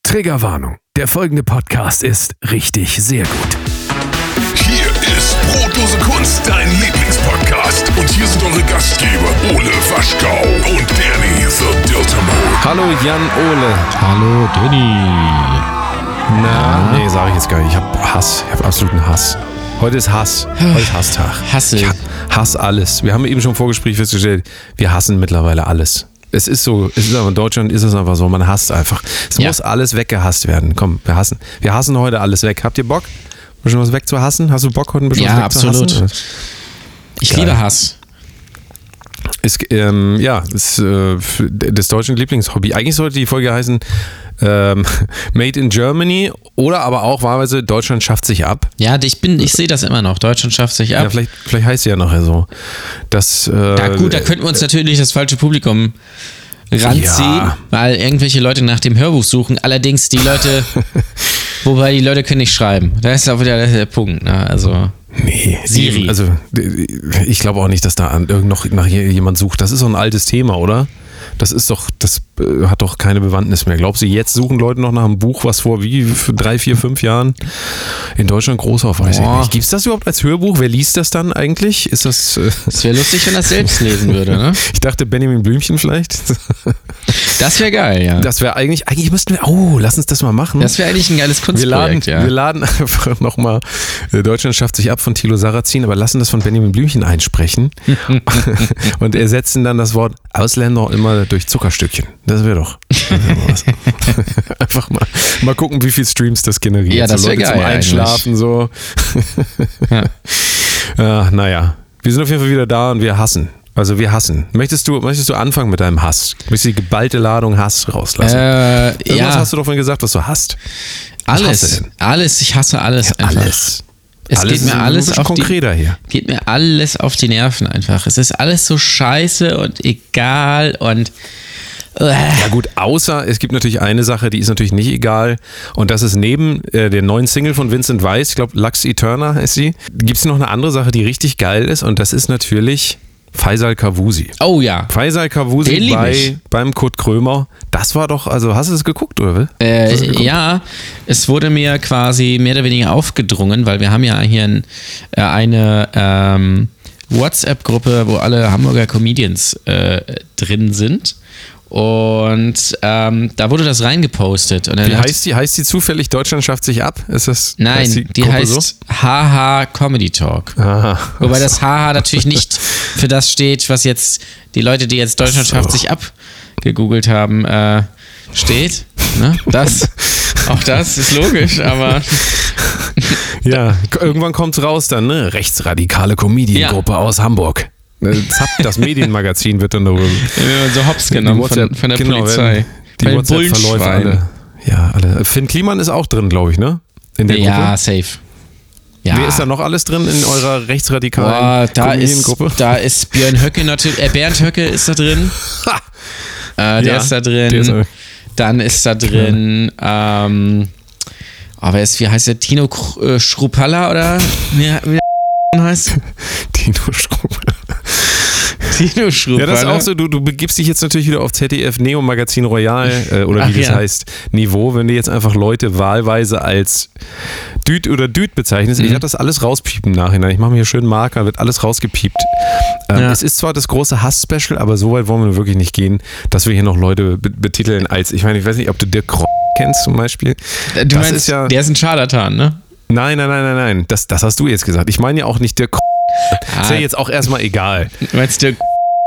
Triggerwarnung. Der folgende Podcast ist richtig sehr gut. Hier ist Brotlose Kunst, dein Lieblingspodcast. Und hier sind eure Gastgeber Ole Waschkau und Danny the Diltermann. Hallo Jan-Ole. Hallo Danny. Na, nee, sag ich jetzt gar nicht. Ich hab Hass. Ich hab absoluten Hass. Heute ist Hass. Heute ist Hasstag. Hasse. Ich hasse alles. Wir haben eben schon im Vorgespräch festgestellt, wir hassen mittlerweile alles. Es ist so, aber in Deutschland ist es einfach so, man hasst einfach. Es muss alles weggehasst werden. Komm, wir hassen. Wir hassen heute alles weg. Habt ihr Bock, ein bisschen was wegzuhassen? Hast du Bock, heute ein bisschen was wegzuhassen? Ja, absolut. Ich liebe Hass. Ist des deutschen Lieblingshobby. Eigentlich sollte die Folge heißen Made in Germany oder aber auch wahlweise Deutschland schafft sich ab. Ja, ich sehe das immer noch. Deutschland schafft sich ab. Ja, vielleicht heißt sie ja nachher so. Ja gut, da könnten wir uns natürlich das falsche Publikum ranziehen, weil irgendwelche Leute nach dem Hörbuch suchen. Allerdings die Leute, wobei die Leute können nicht schreiben. Da ist auch wieder der Punkt. Ne? Also nee, Siri. Also ich glaube auch nicht, dass da noch nach jemand sucht. Das ist so ein altes Thema, oder? Das hat doch keine Bewandtnis mehr. Glaubst du, jetzt suchen Leute noch nach einem Buch, was vor 3, 4, 5 Jahren in Deutschland groß auf, weiß ich nicht. Gibt es das überhaupt als Hörbuch? Wer liest das dann eigentlich? Ist das... Es wäre lustig, wenn das selbst lesen würde, ne? Ich dachte Benjamin Blümchen vielleicht. Das wäre geil, ja. Das wäre eigentlich müssten wir, lass uns das mal machen. Das wäre eigentlich ein geiles Kunstprojekt, Wir laden einfach nochmal Deutschland schafft sich ab von Thilo Sarrazin, aber lassen das von Benjamin Blümchen einsprechen und ersetzen dann das Wort Ausländer immer durch Zuckerstückchen. Das wäre doch was. Einfach mal gucken, wie viel Streams das generiert. Ja, das wäre geil. Zum Einschlafen eigentlich. So. Naja, wir sind auf jeden Fall wieder da und wir hassen. Also wir hassen. Möchtest du anfangen mit deinem Hass? Möchtest du die geballte Ladung Hass rauslassen? Irgendwas hast du doch vorhin gesagt, was du hasst. Alles. Ich hasse alles einfach. Alles. Es geht mir alles auf die Nerven einfach. Es ist alles so scheiße und egal und ja gut, außer es gibt natürlich eine Sache, die ist natürlich nicht egal und das ist neben der neuen Single von Vincent Weiss, ich glaube Lux Eterna heißt sie, gibt es noch eine andere Sache, die richtig geil ist und das ist natürlich Faisal Kavusi. Oh ja. Faisal Kavusi beim Kurt Krömer. Das war doch, also hast du es geguckt, oder? Ja, es wurde mir quasi mehr oder weniger aufgedrungen, weil wir haben ja hier eine WhatsApp-Gruppe, wo alle Hamburger Comedians drin sind. Und da wurde das reingepostet. Und wie heißt die? Heißt die zufällig Deutschland schafft sich ab? Ist das? Nein, die heißt so? Haha Comedy Talk. Aha. Wobei das Haha natürlich nicht für das steht, was jetzt die Leute, die jetzt Deutschland schafft sich ab gegoogelt haben, steht. Ne? Auch das ist logisch, aber... Ja, irgendwann kommt's raus dann, ne? Rechtsradikale Comedian-Gruppe aus Hamburg. Zapp, das Medienmagazin wird dann darüber. So hops genommen von der Polizei. Die WhatsApp-Verläufe alle. Ja, alle. Finn Kliman ist auch drin, glaube ich, ne? In der Gruppe. Ja, safe. Ja. Wer ist da noch alles drin in eurer rechtsradikalen Comedian-Gruppe? Da ist Björn Höcke natürlich. Bernd Höcke ist da drin. Der ist da drin. Dann ist da drin. Wie heißt der? Tino Schrupalla oder wie heißt? Tino Schrupalla. Ja, das ist auch so, du begibst dich jetzt natürlich wieder auf ZDF Neo Magazin Royal oder wie das heißt, Niveau, wenn du jetzt einfach Leute wahlweise als Düt oder Düt bezeichnest. Ich werde das alles rauspiepen im Nachhinein. Ich mache mir hier schön Marker, wird alles rausgepiept. Es ist zwar das große Hass-Special, aber so weit wollen wir wirklich nicht gehen, dass wir hier noch Leute betiteln als, ich meine, ich weiß nicht, ob du Dirk kennst zum Beispiel. Du meinst, der ist ein Scharlatan, ne? Nein. Das hast du jetzt gesagt. Ich meine ja auch nicht Dirk. Ist ja jetzt auch erstmal egal. Du meinst Dirk.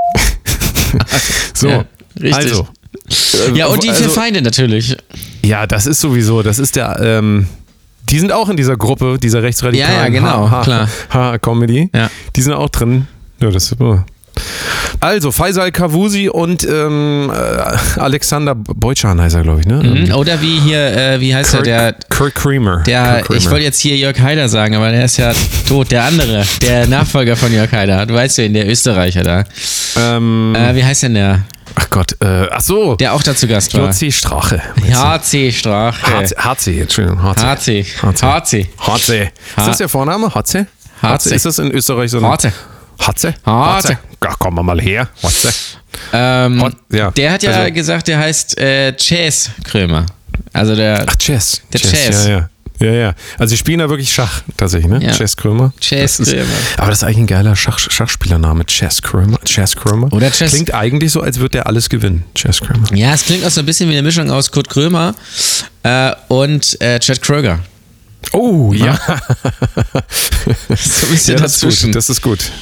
So, ja, richtig. Also. Ja, und die vier Feinde natürlich. Ja, das ist sowieso, das ist der, die sind auch in dieser Gruppe, dieser rechtsradikalen klar. Comedy. Ja. Die sind auch drin. Ja, das ist Also, Faisal Kavusi und Alexander Beutschan heißt er, glaube ich, ne? Oder wie hier, wie heißt der? Kurt Kramer. Ich wollte jetzt hier Jörg Haider sagen, aber der ist ja tot. Der andere, der Nachfolger von Jörg Haider. Du weißt ja, der Österreicher da. Wie heißt denn der? Ach Gott, ach so. Der auch dazu Gast war. HC Strache. HC Strache. HC, Entschuldigung. HC. Ist das der Vorname? HC? HC. Ist das in Österreich so ein... Hatze? Ach, kommen wir mal her. Der hat ja gesagt, der heißt Chase Krömer. Also Chess. Der Chess. Ja. Also sie spielen da wirklich Schach tatsächlich, ne? Ja. Chess Krömer. Aber das ist eigentlich ein geiler Schachspielername. Chess Krömer. Oder Chess. Klingt eigentlich so, als würde der alles gewinnen. Chess Krömer. Ja, es klingt auch so ein bisschen wie eine Mischung aus Kurt Krömer und Chad Kroeger. Oh, ja. So ein bisschen dazwischen. Das ist gut.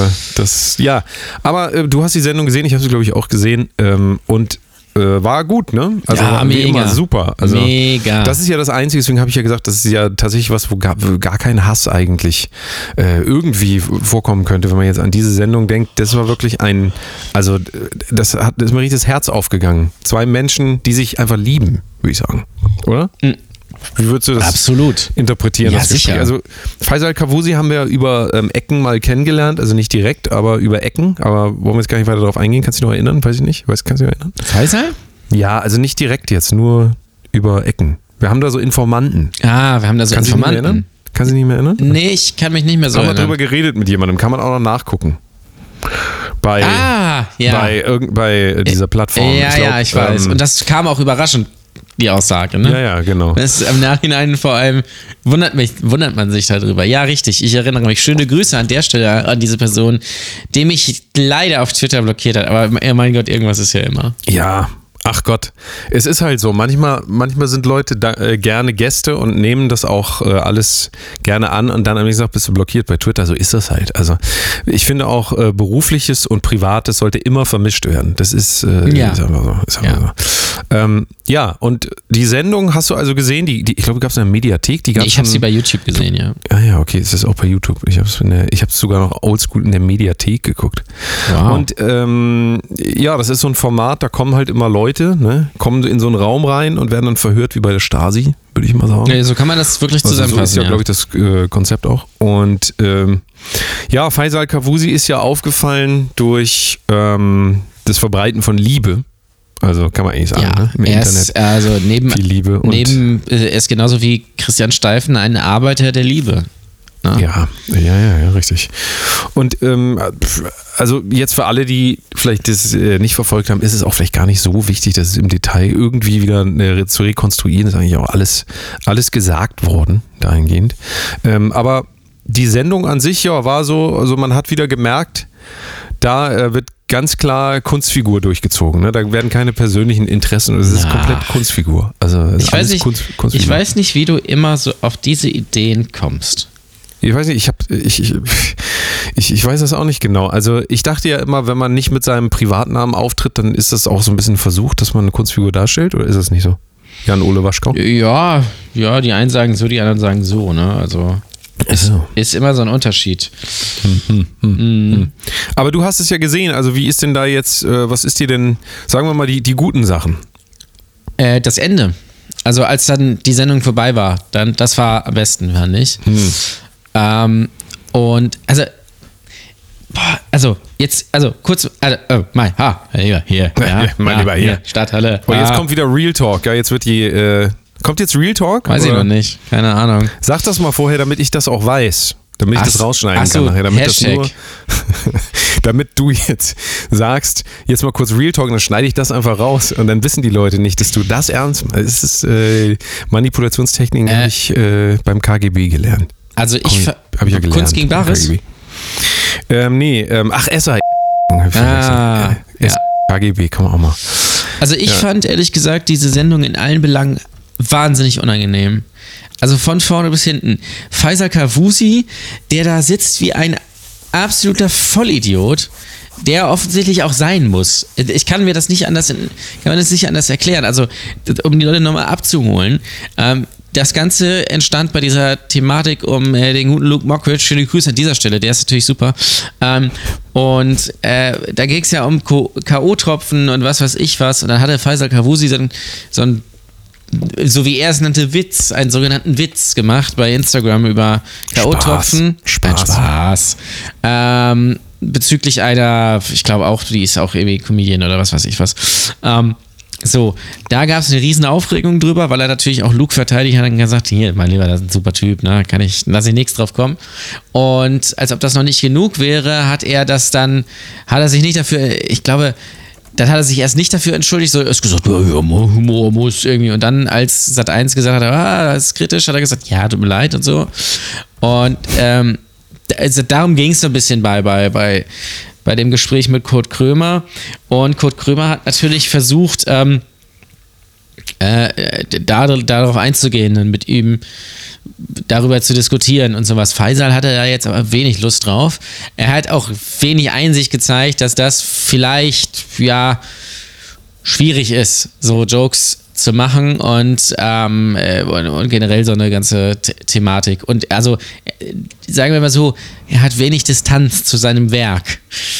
Aber du hast die Sendung gesehen, ich habe sie, glaube ich, auch gesehen. Und war gut, ne? Also ja, mega. Immer super. Also, mega. Das ist ja das Einzige, deswegen habe ich ja gesagt, das ist ja tatsächlich was, wo gar kein Hass eigentlich irgendwie vorkommen könnte, wenn man jetzt an diese Sendung denkt. Das war wirklich das ist mir richtig das Herz aufgegangen. 2 Menschen, die sich einfach lieben, würde ich sagen. Oder? Mhm. Wie würdest du das Absolut interpretieren? Ja, sicher. Also Faisal Kavusi haben wir über Ecken mal kennengelernt, also nicht direkt, aber über Ecken. Aber wollen wir jetzt gar nicht weiter darauf eingehen? Kannst du dich noch erinnern? Weiß ich nicht. Kannst du dich noch erinnern? Faisal? Ja, also nicht direkt jetzt, nur über Ecken. Wir haben da so Informanten. Ah, wir haben da so Kannst Informanten. Kannst du dich nicht mehr erinnern? Nee, ich kann mich nicht mehr so erinnern. Haben wir drüber geredet mit jemandem, kann man auch noch nachgucken. Bei dieser Plattform. Ich weiß. Und das kam auch überraschend, die Aussage, ne? Ja, genau. Das ist im Nachhinein vor allem, wundert man sich darüber. Ja, richtig, ich erinnere mich. Schöne Grüße an der Stelle an diese Person, die mich leider auf Twitter blockiert hat. Aber mein Gott, irgendwas ist ja immer. Ja, ach Gott. Es ist halt so, manchmal sind Leute gerne Gäste und nehmen das auch alles gerne an und dann haben die gesagt, bist du blockiert bei Twitter. So ist das halt. Also ich finde auch, Berufliches und Privates sollte immer vermischt werden. Das ist, ist einfach so. Und die Sendung hast du also gesehen, ich glaube, gab es in der Mediathek. Ich habe sie bei YouTube gesehen, ja. Ah ja, okay, es ist auch bei YouTube. Ich habe es sogar noch oldschool in der Mediathek geguckt. Wow. Und das ist so ein Format, da kommen halt immer Leute, kommen in so einen Raum rein und werden dann verhört wie bei der Stasi, würde ich mal sagen. Ja, so kann man das wirklich zusammenfassen. So ist ja, glaube ich, das Konzept auch. Und Faisal Kavusi ist ja aufgefallen durch das Verbreiten von Liebe. Also kann man eigentlich sagen, ne? Im Internet. Ist also neben Liebe und er ist genauso wie Christian Steifen ein Arbeiter der Liebe. Ne? Ja, richtig. Und also jetzt für alle, die vielleicht das nicht verfolgt haben, ist es auch vielleicht gar nicht so wichtig, dass es im Detail irgendwie wieder zu rekonstruieren ist. Eigentlich auch alles gesagt worden dahingehend. Aber die Sendung an sich war so, also man hat wieder gemerkt, da wird ganz klar Kunstfigur durchgezogen. Ne? Da werden keine persönlichen Interessen. Es ist komplett Kunstfigur. Also ich weiß nicht, wie du immer so auf diese Ideen kommst. Ich weiß nicht, ich weiß das auch nicht genau. Also ich dachte ja immer, wenn man nicht mit seinem Privatnamen auftritt, dann ist das auch so ein bisschen versucht, dass man eine Kunstfigur darstellt, oder ist das nicht so? Jan-Ole Waschkau? Ja, die einen sagen so, die anderen sagen so, ne? Also ist immer so ein Unterschied. Aber du hast es ja gesehen, also wie ist denn da jetzt, was ist dir denn, sagen wir mal, die guten Sachen? Das Ende. Also als dann die Sendung vorbei war, dann, das war am besten, fand ich. Und kurz, mein Lieber, hier. Mein Lieber, hier. Stadthalle. Oh, jetzt kommt wieder Real Talk, ja, jetzt wird kommt jetzt Real Talk? Weiß ich noch nicht, keine Ahnung. Sag das mal vorher, damit ich das auch weiß. Damit ich das rausschneiden kann nachher. Damit du jetzt sagst, jetzt mal kurz Real Talk, dann schneide ich das einfach raus und dann wissen die Leute nicht, dass du das ernst meinst. Das ist Manipulationstechniken, habe ich beim KGB gelernt. Also hab ich ja gelernt. Kunst gegen Bares? SR. KGB, kann man auch mal. Also ich fand ehrlich gesagt diese Sendung in allen Belangen wahnsinnig unangenehm. Also von vorne bis hinten. Faisal Kavusi, der da sitzt wie ein absoluter Vollidiot, der offensichtlich auch sein muss. Ich kann mir das nicht anders erklären. Also, um die Leute nochmal abzuholen, das Ganze entstand bei dieser Thematik um den guten Luke Mockridge. Schöne Grüße an dieser Stelle, der ist natürlich super. Da ging es ja um K.O.-Tropfen und was weiß ich was. Und dann hatte Faisal Kavusi so ein, so wie er es nannte, einen sogenannten Witz gemacht bei Instagram über K.O.-Tropfen. Spaß. Bezüglich einer, ich glaube auch, die ist auch irgendwie Comedian oder was weiß ich was. Da gab es eine riesen Aufregung drüber, weil er natürlich auch Luke verteidigt hat und gesagt, hier, mein Lieber, das ist ein super Typ, ne? Lass ich nichts drauf kommen. Und als ob das noch nicht genug wäre, hat er sich nicht dafür, ich glaube, dann hat er sich erst nicht dafür entschuldigt, so er hat gesagt, ja, Humor muss irgendwie. Und dann, als Sat.1 gesagt hat, das ist kritisch, hat er gesagt, ja, tut mir leid und so. Und also darum ging es so ein bisschen bei dem Gespräch mit Kurt Krömer. Und Kurt Krömer hat natürlich versucht, darauf einzugehen und mit ihm darüber zu diskutieren und sowas. Faisal hatte da jetzt aber wenig Lust drauf. Er hat auch wenig Einsicht gezeigt, dass das vielleicht, ja, schwierig ist, so Jokes zu machen und generell so eine ganze Thematik. Und also, sagen wir mal so, er hat wenig Distanz zu seinem Werk.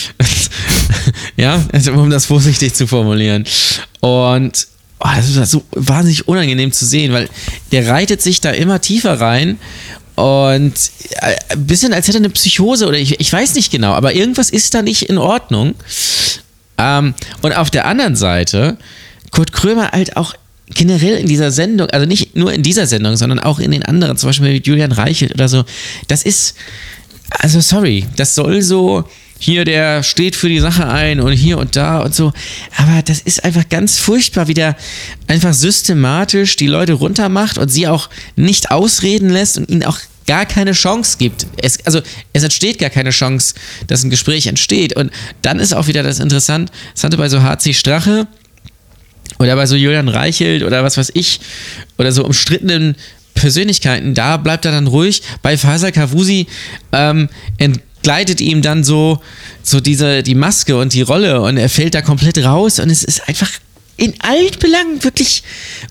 Ja, um das vorsichtig zu formulieren. Und das ist so wahnsinnig unangenehm zu sehen, weil der reitet sich da immer tiefer rein und ein bisschen als hätte er eine Psychose oder ich weiß nicht genau, aber irgendwas ist da nicht in Ordnung. Und auf der anderen Seite, Kurt Krömer halt auch generell in dieser Sendung, also nicht nur in dieser Sendung, sondern auch in den anderen, zum Beispiel mit Julian Reichelt oder so, das ist, also sorry, das soll so, hier, der steht für die Sache ein und hier und da und so. Aber das ist einfach ganz furchtbar, wie der einfach systematisch die Leute runtermacht und sie auch nicht ausreden lässt und ihnen auch gar keine Chance gibt. Es entsteht gar keine Chance, dass ein Gespräch entsteht. Und dann ist auch wieder das Interessante bei so HC Strache oder bei so Julian Reichelt oder was weiß ich oder so umstrittenen Persönlichkeiten, da bleibt er dann ruhig. Bei Faisal Kavusi entgleitet ihm dann so die Maske und die Rolle und er fällt da komplett raus und es ist einfach in allen Belangen wirklich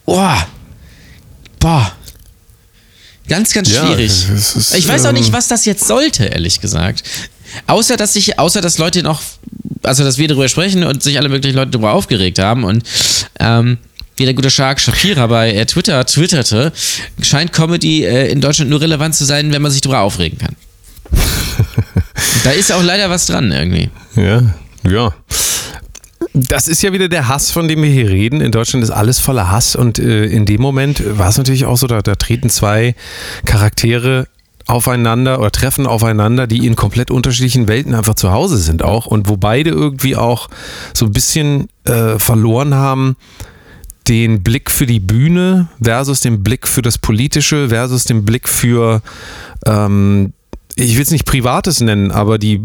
ganz, ganz schwierig. Ja, ich weiß auch nicht, was das jetzt sollte, ehrlich gesagt. Außer dass Leute noch, also dass wir darüber sprechen und sich alle möglichen Leute darüber aufgeregt haben und wie der gute Shark Shapira bei Twitter twitterte, scheint Comedy in Deutschland nur relevant zu sein, wenn man sich darüber aufregen kann. Da ist auch leider was dran irgendwie. Ja. Das ist ja wieder der Hass, von dem wir hier reden. In Deutschland ist alles voller Hass und in dem Moment war es natürlich auch so, da treten zwei Charaktere aufeinander oder treffen aufeinander, die in komplett unterschiedlichen Welten einfach zu Hause sind auch und wo beide irgendwie auch so ein bisschen verloren haben, den Blick für die Bühne versus den Blick für das Politische versus den Blick für ich will es nicht Privates nennen, aber die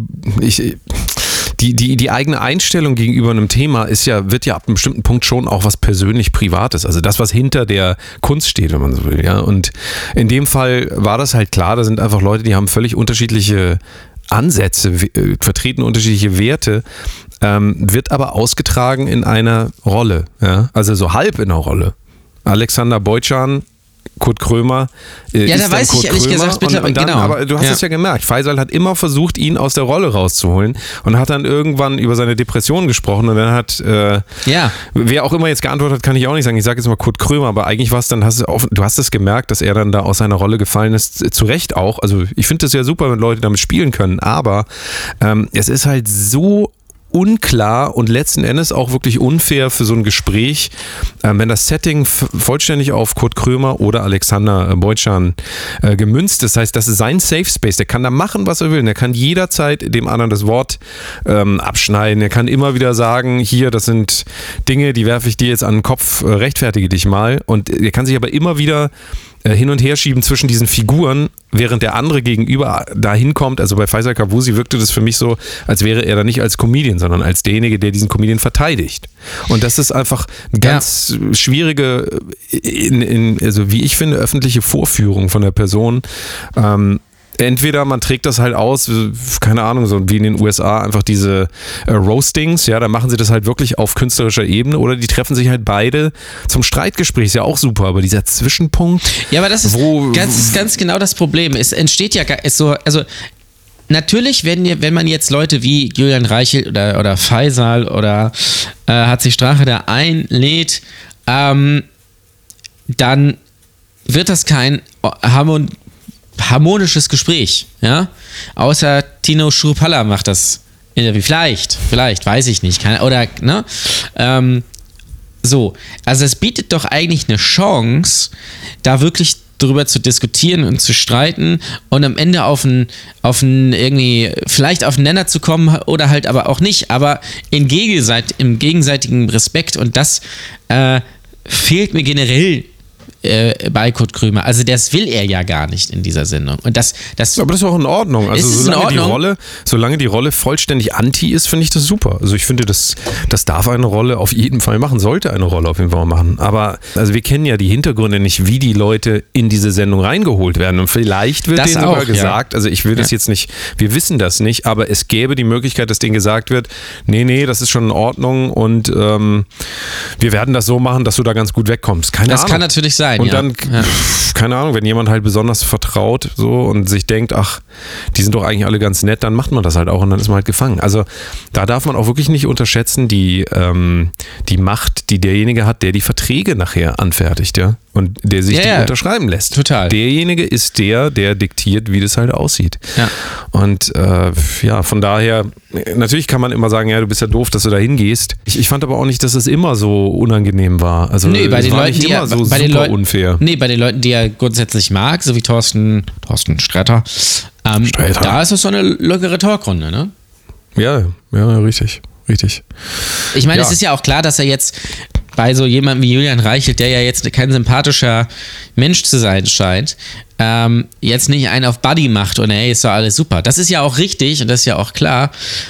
eigene Einstellung gegenüber einem Thema wird ja ab einem bestimmten Punkt schon auch was persönlich Privates. Also das, was hinter der Kunst steht, wenn man so will. Ja? Und in dem Fall war das halt klar, da sind einfach Leute, die haben völlig unterschiedliche Ansätze, vertreten unterschiedliche Werte, wird aber ausgetragen in einer Rolle. Ja? Also so halb in einer Rolle. Alexander Boycan, Kurt Krömer. Ja, da weiß ich ehrlich gesagt, genau. Aber du hast es ja gemerkt, Faisal hat immer versucht, ihn aus der Rolle rauszuholen und hat dann irgendwann über seine Depression gesprochen und dann hat, wer auch immer jetzt geantwortet hat, kann ich auch nicht sagen, ich sage jetzt mal Kurt Krömer, aber eigentlich war es dann, du hast es gemerkt, dass er dann da aus seiner Rolle gefallen ist, zu Recht auch, also ich finde es ja super, wenn Leute damit spielen können, aber es ist halt so unklar und letzten Endes auch wirklich unfair für so ein Gespräch, wenn das Setting vollständig auf Kurt Krömer oder Alexander Boycan gemünzt ist. Das heißt, das ist sein Safe Space. Der kann da machen, was er will. Der kann jederzeit dem anderen das Wort abschneiden. Er kann immer wieder sagen, hier, das sind Dinge, die werfe ich dir jetzt an den Kopf, rechtfertige dich mal. Und er kann sich aber immer wieder hin und her schieben zwischen diesen Figuren, während der andere gegenüber dahin kommt. Also bei Faisal Kavusi wirkte das für mich so, als wäre er da nicht als Comedian, sondern als derjenige, der diesen Comedian verteidigt. Und das ist einfach eine ganz schwierige, also wie ich finde, öffentliche Vorführung von der Person. Entweder man trägt das halt aus, keine Ahnung, so wie in den USA, einfach diese Roastings, ja, da machen sie das halt wirklich auf künstlerischer Ebene oder die treffen sich halt beide zum Streitgespräch, ist ja auch super, aber dieser Zwischenpunkt. Ja, aber das ist ganz genau das Problem. Es entsteht ja also natürlich, wenn man jetzt Leute wie Julian Reichelt oder Faisal oder HC Strache da einlädt, dann wird das kein harmonisches Gespräch, ja, außer Tino Schurpalla macht das Interview, vielleicht, weiß ich nicht, oder, ne, so, also es bietet doch eigentlich eine Chance, da wirklich darüber zu diskutieren und zu streiten und am Ende auf einen irgendwie, vielleicht auf einen Nenner zu kommen oder halt aber auch nicht, aber im gegenseitigen Respekt, und das fehlt mir generell bei Kurt Krömer. Also das will er ja gar nicht in dieser Sendung. Und das aber das ist auch in Ordnung. Also solange die Rolle vollständig anti ist, finde ich das super. Also ich finde, das darf eine Rolle auf jeden Fall machen, sollte eine Rolle auf jeden Fall machen. Aber also wir kennen ja die Hintergründe nicht, wie die Leute in diese Sendung reingeholt werden. Und vielleicht wird denen sogar gesagt, also ich will das jetzt nicht, wir wissen das nicht, aber es gäbe die Möglichkeit, dass denen gesagt wird, nee, das ist schon in Ordnung und wir werden das so machen, dass du da ganz gut wegkommst. Keine Ahnung. Das kann natürlich sein. Und dann, keine Ahnung, wenn jemand halt besonders vertraut so und sich denkt, ach, die sind doch eigentlich alle ganz nett, dann macht man das halt auch und dann ist man halt gefangen. Also da darf man auch wirklich nicht unterschätzen, die Macht, die derjenige hat, der die Verträge nachher anfertigt, ja, und der sich die unterschreiben lässt. Total. Derjenige ist der diktiert, wie das halt aussieht. Ja. Und von daher, natürlich kann man immer sagen, ja, du bist ja doof, dass du da hingehst. Ich fand aber auch nicht, dass es immer so unangenehm war. Also nee, bei den war Leuten, nicht immer so super unfair. Nee, bei den Leuten, die er grundsätzlich mag, so wie Thorsten Sträter, da ist es so eine lockere Talkrunde, ne? Ja, richtig. Ich meine, es ist ja auch klar, dass er jetzt bei so jemandem wie Julian Reichelt, der ja jetzt kein sympathischer Mensch zu sein scheint, jetzt nicht einen auf Buddy macht und hey, ist doch alles super. Das ist ja auch richtig und das ist ja auch klar.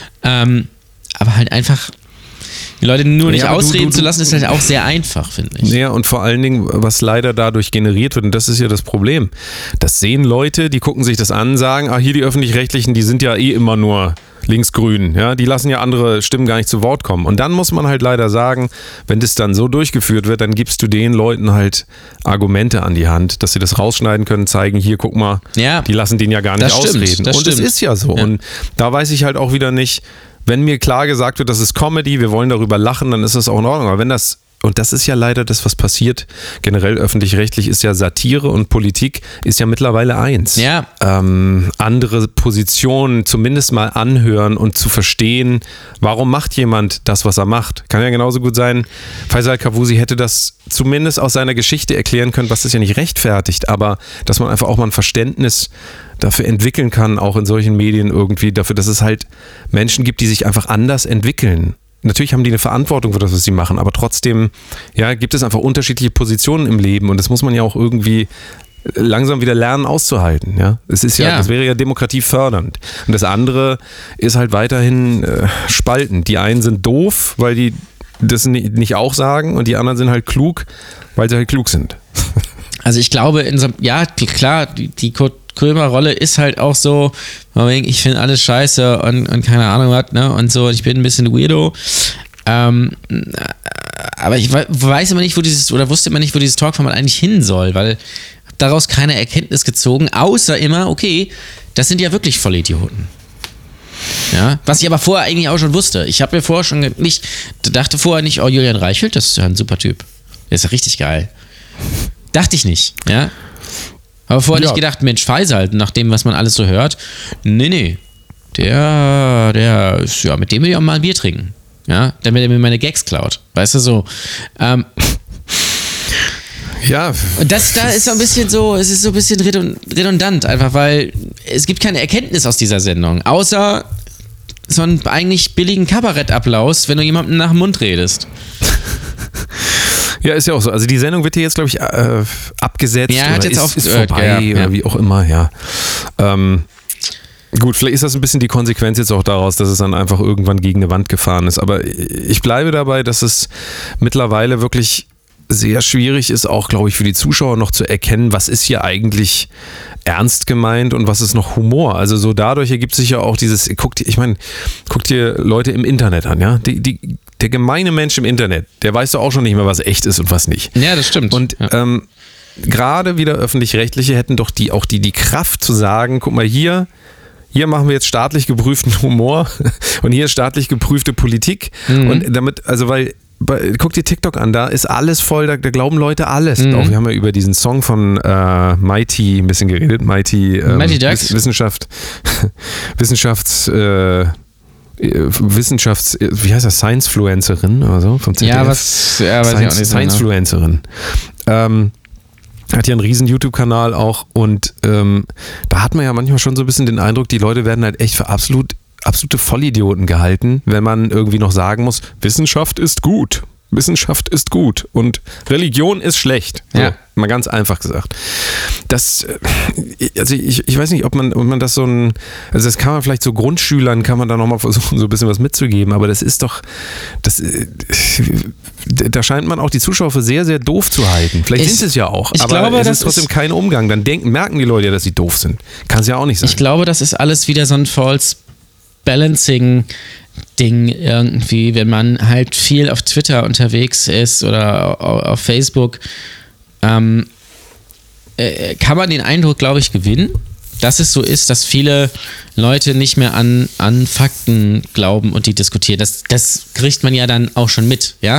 Aber halt einfach die Leute nur nicht ausreden zu lassen, ist halt auch sehr einfach, finde ich. Ja, und vor allen Dingen, was leider dadurch generiert wird, und das ist ja das Problem, das sehen Leute, die gucken sich das an, sagen, hier die Öffentlich-Rechtlichen, die sind ja immer nur linksgrün, ja, die lassen ja andere Stimmen gar nicht zu Wort kommen. Und dann muss man halt leider sagen, wenn das dann so durchgeführt wird, dann gibst du den Leuten halt Argumente an die Hand, dass sie das rausschneiden können, zeigen, hier, guck mal, die lassen den ja gar nicht ausreden. Und das ist ja so. Ja. Und da weiß ich halt auch wieder nicht, wenn mir klar gesagt wird, das ist Comedy, wir wollen darüber lachen, dann ist das auch in Ordnung. Aber wenn das, und das ist ja leider das, was passiert, generell öffentlich-rechtlich ist ja Satire und Politik ist ja mittlerweile eins. Ja. Andere Positionen zumindest mal anhören und zu verstehen, warum macht jemand das, was er macht. Kann ja genauso gut sein, Faisal Kavusi hätte das zumindest aus seiner Geschichte erklären können, was das ja nicht rechtfertigt, aber dass man einfach auch mal ein Verständnis dafür entwickeln kann, auch in solchen Medien irgendwie, dafür, dass es halt Menschen gibt, die sich einfach anders entwickeln. Natürlich haben die eine Verantwortung für das, was sie machen, aber trotzdem gibt es einfach unterschiedliche Positionen im Leben und das muss man ja auch irgendwie langsam wieder lernen auszuhalten. Ja? Das wäre ja demokratiefördernd. Und das andere ist halt weiterhin spaltend. Die einen sind doof, weil die das nicht auch sagen und die anderen sind halt klug, weil sie halt klug sind. Also ich glaube, klar, die Kurt Krömer-Rolle ist halt auch so, ich finde alles scheiße und keine Ahnung was, ne, und so, ich bin ein bisschen weirdo. Aber ich weiß immer nicht, wusste immer nicht, wo dieses Talkformat eigentlich hin soll, weil ich habe daraus keine Erkenntnis gezogen, außer immer, okay, das sind ja wirklich Vollidioten. Ja, was ich aber vorher eigentlich auch schon wusste. Ich habe mir vorher dachte vorher nicht, oh, Julian Reichelt, das ist ja ein super Typ. Der ist ja richtig geil. Dachte ich nicht, ja. Aber vorher nicht gedacht, Mensch, Faisal, nach dem, was man alles so hört. Nee. Der ist, mit dem will ich auch mal ein Bier trinken. Ja, damit er mir meine Gags klaut. Weißt du, so. Ja. Und da ist so ein bisschen so, es ist so ein bisschen redundant, einfach, weil es gibt keine Erkenntnis aus dieser Sendung. Außer so einen eigentlich billigen Kabarettapplaus, wenn du jemandem nach dem Mund redest. Ja, ist ja auch so. Also die Sendung wird hier jetzt, glaube ich, abgesetzt. Ja, hat jetzt ist vorbei oder wie auch immer, ja. Gut, vielleicht ist das ein bisschen die Konsequenz jetzt auch daraus, dass es dann einfach irgendwann gegen eine Wand gefahren ist. Aber ich bleibe dabei, dass es mittlerweile wirklich sehr schwierig ist, auch, glaube ich, für die Zuschauer noch zu erkennen, was ist hier eigentlich ernst gemeint und was ist noch Humor. Also so dadurch ergibt sich ja auch dieses, guck dir Leute im Internet an, ja. Der gemeine Mensch im Internet, der weiß doch auch schon nicht mehr, was echt ist und was nicht. Ja, das stimmt. Und gerade wieder Öffentlich-Rechtliche hätten doch die Kraft zu sagen, guck mal, hier machen wir jetzt staatlich geprüften Humor und hier staatlich geprüfte Politik. Mhm. Und damit, also guck dir TikTok an, da ist alles voll, da glauben Leute alles. Mhm. Auch wir haben ja über diesen Song von Mighty ein bisschen geredet. Mighty Ducks. Wie heißt das? Science-Fluencerin oder so vom ZDF? Ja, weiß ich auch nicht. Science-Fluencerin. Hat ja einen riesen YouTube-Kanal auch und da hat man ja manchmal schon so ein bisschen den Eindruck, die Leute werden halt echt für absolute Vollidioten gehalten, wenn man irgendwie noch sagen muss, Wissenschaft ist gut. Wissenschaft ist gut und Religion ist schlecht. So, ja. Mal ganz einfach gesagt. Das, also ich weiß nicht, ob man das also das kann man vielleicht so Grundschülern, kann man da nochmal versuchen, so ein bisschen was mitzugeben, aber das ist doch, da scheint man auch die Zuschauer für sehr, sehr doof zu halten. Vielleicht sind sie es ja auch, aber glaube, es ist trotzdem kein Umgang. Dann merken die Leute ja, dass sie doof sind. Kann es ja auch nicht sein. Ich glaube, das ist alles wieder so ein False Balancing Ding irgendwie, wenn man halt viel auf Twitter unterwegs ist oder auf Facebook, kann man den Eindruck, glaube ich, gewinnen, dass es so ist, dass viele Leute nicht mehr an Fakten glauben und die diskutieren. Das kriegt man ja dann auch schon mit, ja.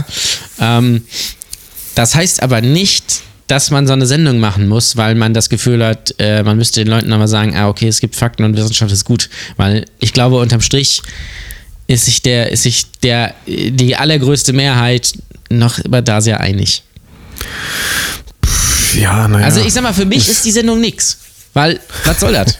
Das heißt aber nicht, dass man so eine Sendung machen muss, weil man das Gefühl hat, man müsste den Leuten nochmal sagen, okay, es gibt Fakten und Wissenschaft ist gut. Weil ich glaube, unterm Strich ist sich die allergrößte Mehrheit noch immer da sehr einig. Ja, naja. Also ich sag mal, für mich ist die Sendung nix. Weil, was soll das?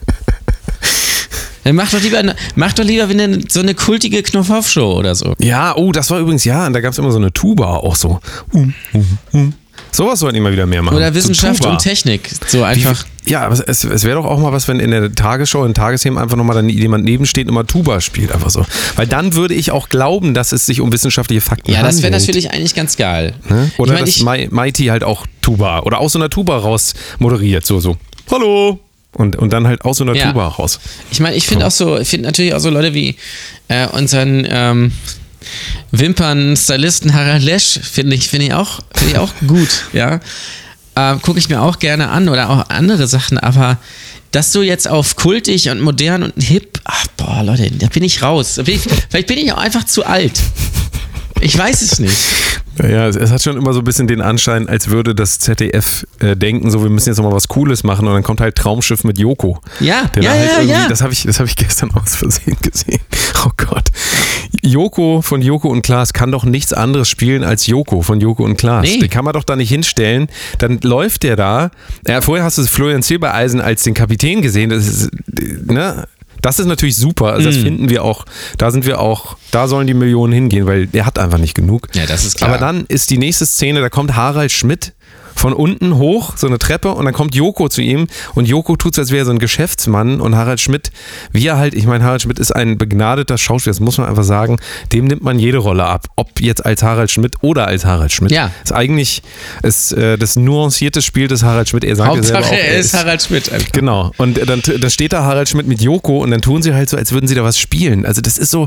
Dann mach doch lieber so eine kultige Knopf-auf-Show oder so. Ja, das war übrigens, und da gab es immer so eine Tuba auch so. Sowas sollten die mal wieder mehr machen. Oder Wissenschaft und Technik. So einfach. Ja, aber es wäre doch auch mal was, wenn in der Tagesschau, in Tagesthemen einfach nochmal dann jemand nebensteht und mal Tuba spielt. Einfach so. Weil dann würde ich auch glauben, dass es sich um wissenschaftliche Fakten handelt. Ja, das wäre natürlich eigentlich ganz geil. Ne? Oder dass Mighty halt auch Tuba oder aus so einer Tuba raus moderiert. So. Hallo! Und dann halt aus so einer Tuba raus. Ich meine, ich finde natürlich auch so Leute wie unseren Wimpern-Stylisten Harald Lesch, finde ich auch gut, ja. Gucke ich mir auch gerne an oder auch andere Sachen, aber dass du jetzt auf kultig und modern und hip, Leute, da bin ich raus. Vielleicht bin ich auch einfach zu alt. Ich weiß es nicht. Ja, es hat schon immer so ein bisschen den Anschein, als würde das ZDF denken, so wir müssen jetzt nochmal was Cooles machen und dann kommt halt Traumschiff mit Joko. Ja. Das habe ich gestern aus Versehen gesehen. Oh Gott. Joko von Joko und Klaas kann doch nichts anderes spielen als Joko von Joko und Klaas. Nee. Den kann man doch da nicht hinstellen. Dann läuft der da. Vorher hast du Florian Silbereisen als den Kapitän gesehen. Das ist, ne? Das ist natürlich super, also das finden wir auch, da sollen die Millionen hingehen, weil der hat einfach nicht genug. Ja, das ist klar. Aber dann ist die nächste Szene, da kommt Harald Schmidt von unten hoch, so eine Treppe und dann kommt Joko zu ihm und Joko tut es, als wäre er so ein Geschäftsmann und Harald Schmidt, Harald Schmidt ist ein begnadeter Schauspieler, das muss man einfach sagen, dem nimmt man jede Rolle ab, ob jetzt als Harald Schmidt oder als Harald Schmidt. Ja. Ist eigentlich das nuancierte Spiel des Harald Schmidt, er sagt ja selber auch, er ist Harald Schmidt einfach. Genau, und dann steht da Harald Schmidt mit Joko und dann tun sie halt so, als würden sie da was spielen, also das ist so,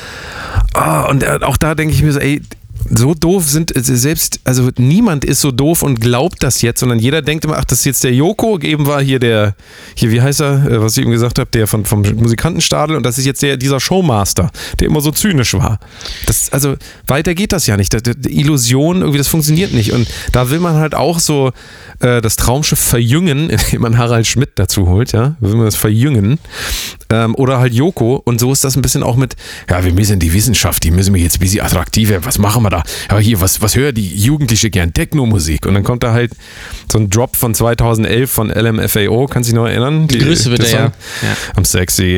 und auch da denke ich mir so, so doof sind selbst, also niemand ist so doof und glaubt das jetzt, sondern jeder denkt immer, das ist jetzt der Joko, eben war hier wie heißt er, was ich ihm gesagt habe, der vom Musikantenstadel und das ist jetzt dieser Showmaster, der immer so zynisch war. Also weiter geht das ja nicht, die Illusion, irgendwie das funktioniert nicht und da will man halt auch so das Traumschiff verjüngen, indem man Harald Schmidt dazu holt, ja, will man das verjüngen oder halt Joko und so ist das ein bisschen auch mit, wir müssen die Wissenschaft, die müssen wir jetzt ein bisschen attraktiver, was machen wir da? Ja, hier, was hören die Jugendliche gern? Techno-Musik. Und dann kommt da halt so ein Drop von 2011 von LMFAO, kannst du dich noch erinnern? Die Grüße bitte, ja. I'm sexy.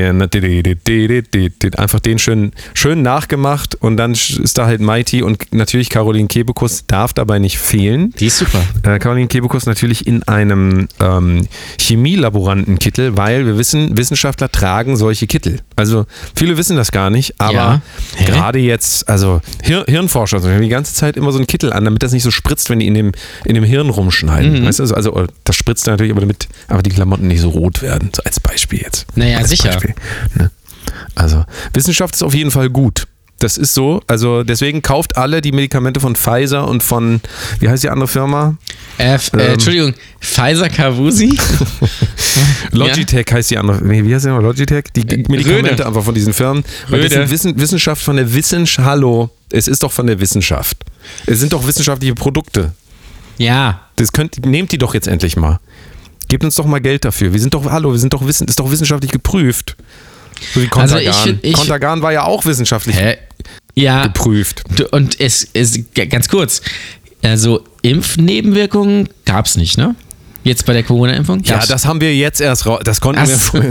Einfach den schön nachgemacht und dann ist da halt Mighty und natürlich Caroline Kebekus darf dabei nicht fehlen. Die ist super. Caroline Kebekus natürlich in einem Chemielaborantenkittel, weil wir wissen, Wissenschaftler tragen solche Kittel. Also viele wissen das gar nicht, aber gerade jetzt, also Hirnforscher haben die ganze Zeit immer so einen Kittel an, damit das nicht so spritzt, wenn die in dem Hirn rumschneiden. Weißt du? Also das spritzt natürlich, aber die Klamotten nicht so rot werden, so als Beispiel jetzt. Naja, als sicher. Beispiel, ne? Also Wissenschaft ist auf jeden Fall gut. Das ist so, also deswegen kauft alle die Medikamente von Pfizer und von, wie heißt die andere Firma? Entschuldigung, Pfizer Kavusi? Logitech heißt die andere, wie heißt die andere? Logitech? Die Medikamente Röde. einfach von diesen Firmen. Weil das ist Wissenschaft von der Wissenschaft, hallo, es ist doch von der Wissenschaft. Es sind doch wissenschaftliche Produkte. Ja. Nehmt die doch jetzt endlich mal. Gebt uns doch mal Geld dafür. Wir sind doch ist doch wissenschaftlich geprüft. So wie Contergan. Also Contergan war ja auch wissenschaftlich geprüft. Und es ist ganz kurz. Also Impfnebenwirkungen gab es nicht, ne? Jetzt bei der Corona-Impfung? Ja, das haben wir jetzt erst raus. Das konnten wir vorher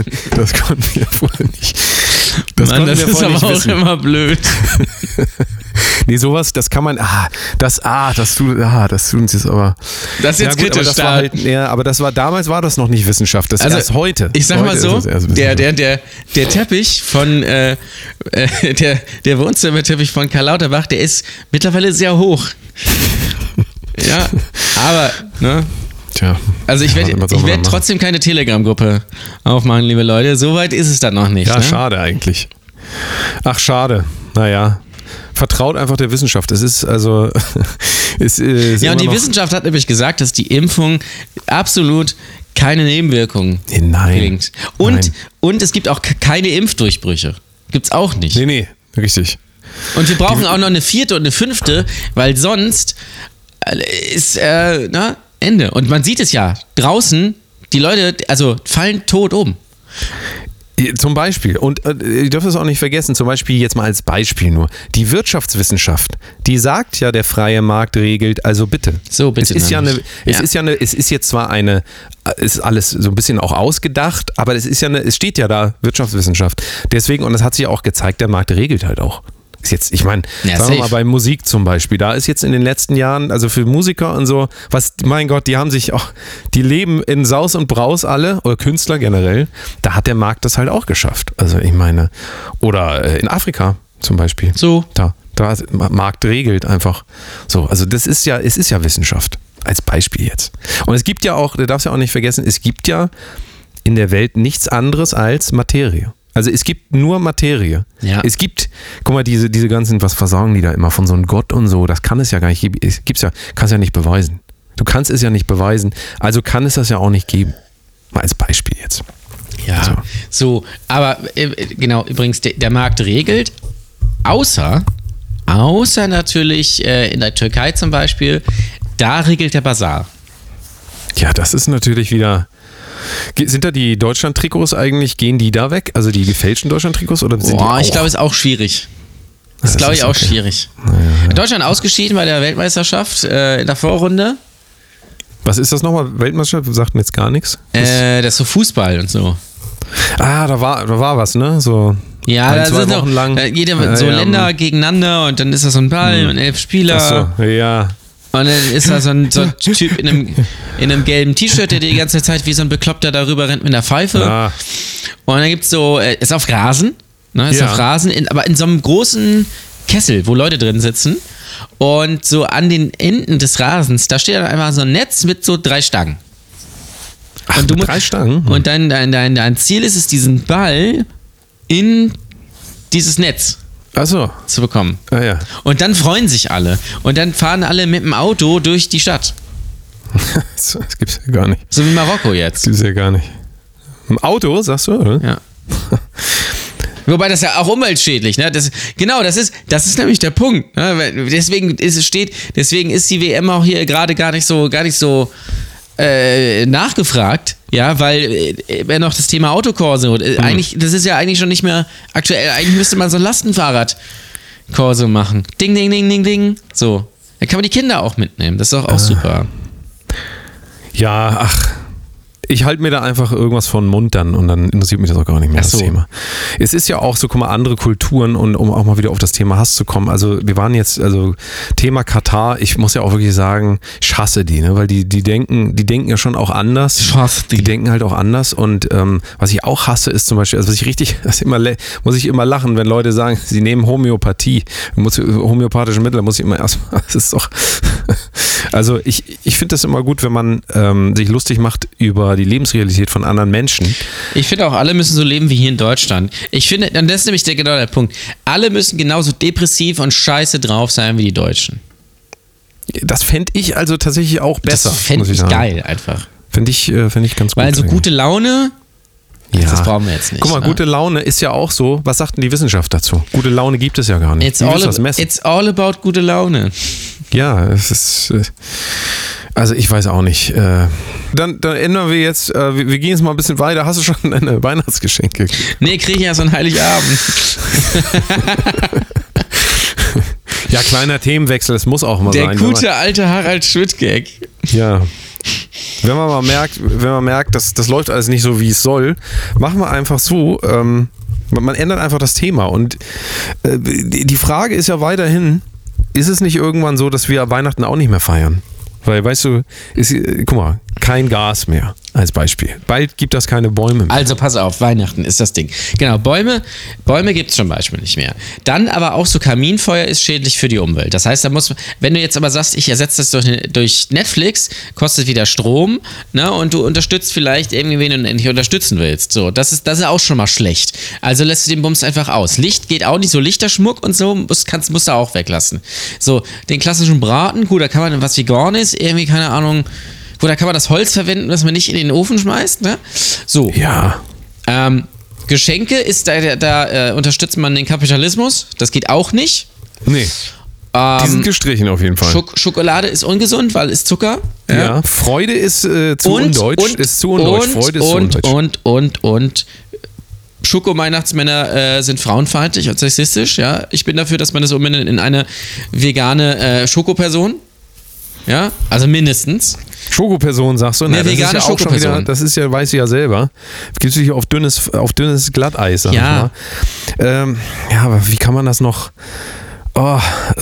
nicht. Das ist aber auch immer blöd. Nee, sowas, das kann man, das tun sie jetzt aber. Das ist jetzt kritisch. Aber damals war das noch nicht Wissenschaft, das ist erst heute. Ich sag mal so, der Teppich von, der Wohnzimmerteppich von Karl Lauterbach, der ist mittlerweile sehr hoch. Ja, aber, ne? Tja. Also ich werde trotzdem keine Telegram-Gruppe aufmachen, liebe Leute. So weit ist es dann noch nicht. Ja, ne? Schade eigentlich. Ach, schade. Naja. Vertraut einfach der Wissenschaft. Es ist also. Ja, und die Wissenschaft hat nämlich gesagt, dass die Impfung absolut keine Nebenwirkungen bringt. Und es gibt auch keine Impfdurchbrüche. Gibt's auch nicht. Nee, richtig. Und wir brauchen auch noch eine 4. und eine 5., weil sonst ist Ende. Und man sieht es ja, draußen, die Leute, fallen tot um. Zum Beispiel, und ihr dürft es auch nicht vergessen, zum Beispiel jetzt mal als Beispiel nur, die Wirtschaftswissenschaft, die sagt ja, der freie Markt regelt, also bitte. So, bitte. Es ist jetzt zwar ist alles so ein bisschen auch ausgedacht, aber es steht ja da Wirtschaftswissenschaft. Deswegen, und das hat sich ja auch gezeigt, der Markt regelt halt auch. Ist jetzt, ich meine, sagen wir mal bei Musik zum Beispiel, da ist jetzt in den letzten Jahren, also für Musiker und so, mein Gott, die leben in Saus und Braus alle, oder Künstler generell, da hat der Markt das halt auch geschafft. Also ich meine, oder in Afrika zum Beispiel. So. Da Markt regelt einfach. So, also es ist ja Wissenschaft, als Beispiel jetzt. Und es gibt ja auch, du darfst ja auch nicht vergessen, es gibt ja in der Welt nichts anderes als Materie. Also es gibt nur Materie. Ja. Es gibt, guck mal, diese ganzen, was versagen die da immer von so einem Gott und so, das kann es ja gar nicht geben. Kannst ja nicht beweisen. Du kannst es ja nicht beweisen, also kann es das ja auch nicht geben. Mal als Beispiel jetzt. Ja, so aber genau, übrigens, der Markt regelt, außer natürlich in der Türkei zum Beispiel, da regelt der Basar. Ja, das ist natürlich wieder... Sind da die Deutschland-Trikots eigentlich, gehen die da weg? Also die gefälschten Deutschland-Trikots? Oder sind die auch? Ich glaube, ist auch schwierig. Das ist, glaube ich, auch schwierig. Ja. Deutschland ausgeschieden bei der Weltmeisterschaft in der Vorrunde. Was ist das nochmal? Weltmeisterschaft? Sagt mir jetzt gar nichts. Das ist so Fußball und so. Da war was, ne? So ja, da sind Wochen lang. Länder gegeneinander und dann ist da so ein Ball und 11 Spieler. Ach so, ja. Und dann ist da so ein Typ in einem gelben T-Shirt, der die ganze Zeit wie so ein Bekloppter darüber rennt mit einer Pfeife. Ja. Und dann gibt's so, ist auf Rasen, ne? Auf Rasen, aber in so einem großen Kessel, wo Leute drin sitzen. Und so an den Enden des Rasens, da steht dann einfach so ein Netz mit so 3 Stangen. Ach, und 3 Stangen? Und dein Ziel ist es, diesen Ball in dieses Netz zu bekommen. Ah, ja. Und dann freuen sich alle. Und dann fahren alle mit dem Auto durch die Stadt. Das gibt's ja gar nicht. So wie Marokko jetzt. Das gibt's ja gar nicht. Im Auto, sagst du, oder? Ja. Wobei das ja auch umweltschädlich, ne? Das ist nämlich der Punkt. Ne? Deswegen ist die WM auch hier gerade gar nicht so nachgefragt, ja, weil noch das Thema Autokorso, das ist ja eigentlich schon nicht mehr aktuell, eigentlich müsste man so ein Lastenfahrrad-Korso machen. Ding, ding, ding, ding, ding. So. Da kann man die Kinder auch mitnehmen, das ist doch auch super. Ja, ich halte mir da einfach irgendwas von den Mund dann und dann interessiert mich das auch gar nicht mehr, das Thema. Es ist ja auch so, guck mal, andere Kulturen und um auch mal wieder auf das Thema Hass zu kommen, also wir waren jetzt, Thema Katar, ich muss ja auch wirklich sagen, ich hasse die, ne, weil die denken ja schon auch anders. Ich hasse die. Die denken halt auch anders und was ich auch hasse ist zum Beispiel, muss ich immer lachen, wenn Leute sagen, sie nehmen homöopathische Mittel, muss ich immer erstmal, das ist doch, also ich finde das immer gut, wenn man sich lustig macht über die Lebensrealität von anderen Menschen. Ich finde auch, alle müssen so leben wie hier in Deutschland. Ich finde, und das ist nämlich genau der Punkt, alle müssen genauso depressiv und scheiße drauf sein wie die Deutschen. Das fände ich also tatsächlich auch besser. Das fände ich geil einfach. Fände ich ganz gut. Weil so gute Laune, das brauchen wir jetzt nicht. Guck mal, gute Laune ist ja auch so, was sagt denn die Wissenschaft dazu? Gute Laune gibt es ja gar nicht. It's all about gute Laune. Ja, es ist... Also ich weiß auch nicht. Dann ändern wir jetzt, wir gehen jetzt mal ein bisschen weiter. Hast du schon deine Weihnachtsgeschenke? Nee, kriege ich ja so einen Heiligabend. Ja, kleiner Themenwechsel, das muss auch mal Der sein. Der gute alte Harald Schmidt-Gag. Ja. Wenn man merkt, das läuft alles nicht so, wie es soll, machen wir einfach so, man ändert einfach das Thema. Und die Frage ist ja weiterhin, ist es nicht irgendwann so, dass wir Weihnachten auch nicht mehr feiern? Weil, weißt du, guck mal, kein Gas mehr als Beispiel. Bald gibt das keine Bäume mehr. Also pass auf, Weihnachten ist das Ding. Genau, Bäume gibt es zum Beispiel nicht mehr. Dann aber auch so Kaminfeuer ist schädlich für die Umwelt. Das heißt, wenn du jetzt aber sagst, ich ersetze das durch Netflix, kostet wieder Strom, ne, und du unterstützt vielleicht irgendwie, wen du nicht unterstützen willst. So, das ist auch schon mal schlecht. Also lässt du den Bums einfach aus. Licht geht auch nicht, so Lichterschmuck und so musst du auch weglassen. So, den klassischen Braten, gut, da kann man was Veganes, irgendwie, keine Ahnung, gut, da kann man das Holz verwenden, das man nicht in den Ofen schmeißt, ne? So. Ja. Geschenke ist da unterstützt man den Kapitalismus. Das geht auch nicht. Nee. Die sind gestrichen auf jeden Fall. Schokolade ist ungesund, weil ist Zucker. Ja. Freude ist zu undeutsch. Freude ist zu undeutsch. Und Schoko-Weihnachtsmänner sind frauenfeindlich und sexistisch. Ja? Ich bin dafür, dass man das umbenennt in eine vegane Schokoperson. Ja, also mindestens. Schokoperson, sagst du? Eine vegane Schokoperson. Das ist ja, weiß ich ja selber. Gibt es natürlich auf dünnes Glatteis, sag ich mal. Ja, aber wie kann man das noch... guck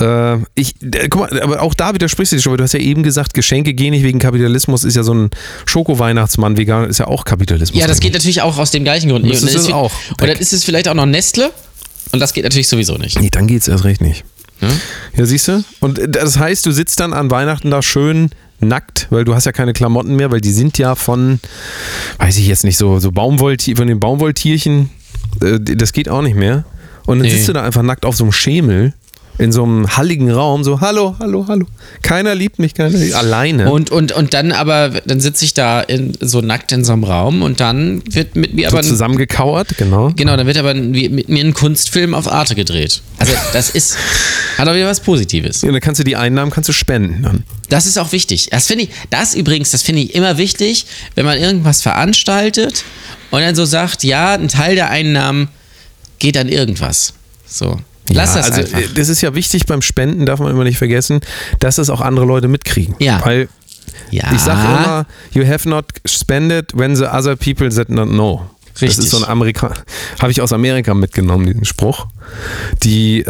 mal, aber auch da widersprichst du dich schon, weil du hast ja eben gesagt, Geschenke gehen nicht wegen Kapitalismus, ist ja so ein Schoko-Weihnachtsmann, vegan, ist ja auch Kapitalismus. Ja, das geht natürlich auch aus dem gleichen Grund. Das ist auch. Und dann ist es vielleicht auch noch Nestle und das geht natürlich sowieso nicht. Nee, dann geht's erst recht nicht. Ja, siehst du? Und das heißt, du sitzt dann an Weihnachten da schön nackt, weil du hast ja keine Klamotten mehr, weil die sind ja von, weiß ich jetzt nicht, so von den Baumwolltierchen, das geht auch nicht mehr. Und dann sitzt du da einfach nackt auf so einem Schemel in so einem halligen Raum, so hallo. Keiner liebt mich, alleine. Und dann sitze ich da so nackt in so einem Raum und dann wird mit mir aber... zusammengekauert, genau. Genau, dann wird aber mit mir ein Kunstfilm auf Arte gedreht. Also das hat auch wieder was Positives. Ja, dann kannst du die Einnahmen spenden. Dann. Das ist auch wichtig. Das finde ich immer wichtig, wenn man irgendwas veranstaltet und dann so sagt, ja, ein Teil der Einnahmen geht an irgendwas. So. Lass das einfach. Das ist ja wichtig beim Spenden, darf man immer nicht vergessen, dass das auch andere Leute mitkriegen. Ja. Weil ich sage immer, you have not spended when the other people that not know. Richtig. Das ist so ein habe ich aus Amerika mitgenommen, diesen Spruch. Die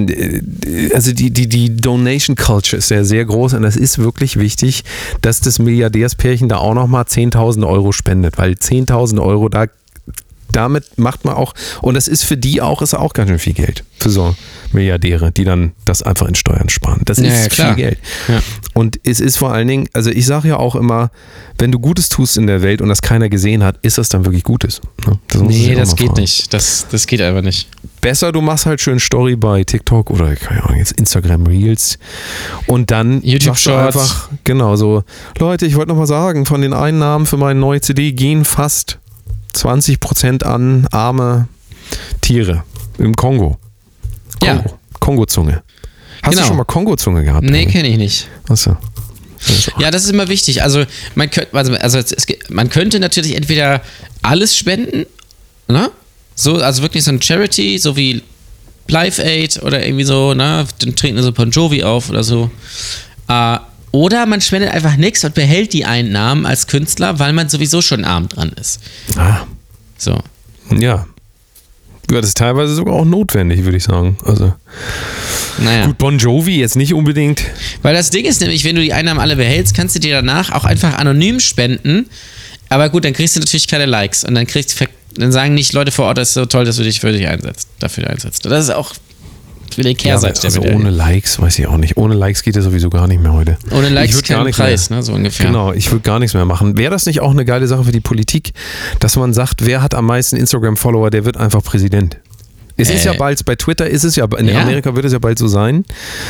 Donation Culture ist ja sehr groß und das ist wirklich wichtig, dass das Milliardärspärchen da auch nochmal 10.000 Euro spendet, weil 10.000 Euro damit macht man auch, und das ist für die ist auch ganz schön viel Geld, für so Milliardäre, die dann das einfach in Steuern sparen. Das ist viel Geld. Ja. Und es ist vor allen Dingen, also ich sage ja auch immer, wenn du Gutes tust in der Welt und das keiner gesehen hat, ist das dann wirklich Gutes? Das geht nicht. Das geht einfach nicht. Besser, du machst halt schön Story bei TikTok oder keine Ahnung, jetzt Instagram Reels und dann YouTube Shorts. Einfach, genau so, Leute, ich wollte noch mal sagen, von den Einnahmen für meine neue CD gehen fast 20% an arme Tiere im Kongo. Ja. Kongo-Zunge. Hast du schon mal Kongo-Zunge gehabt? Nee, kenne ich nicht. Achso. Ja, das ist immer wichtig. Also man könnte natürlich entweder alles spenden, ne? So, also wirklich so ein Charity, so wie Live Aid oder irgendwie so, ne? Dann treten so Bon Jovi auf oder so. Oder man spendet einfach nichts und behält die Einnahmen als Künstler, weil man sowieso schon arm dran ist. So. Ja. Das ist teilweise sogar auch notwendig, würde ich sagen. Also. Naja. Gut, Bon Jovi jetzt nicht unbedingt. Weil das Ding ist nämlich, wenn du die Einnahmen alle behältst, kannst du dir danach auch einfach anonym spenden. Aber gut, dann kriegst du natürlich keine Likes. Und dann sagen nicht Leute vor Ort, das ist so toll, dass du dich dafür einsetzt. Das ist auch für die Kehrseite der Medaille. Ohne Likes, weiß ich auch nicht. Ohne Likes geht ja sowieso gar nicht mehr heute. Ohne Likes kein Preis, ne, so ungefähr. Genau, ich würde gar nichts mehr machen. Wäre das nicht auch eine geile Sache für die Politik, dass man sagt, wer hat am meisten Instagram-Follower, der wird einfach Präsident? Es ist ja bald, bei Twitter ist es ja, in Amerika wird es ja bald so sein.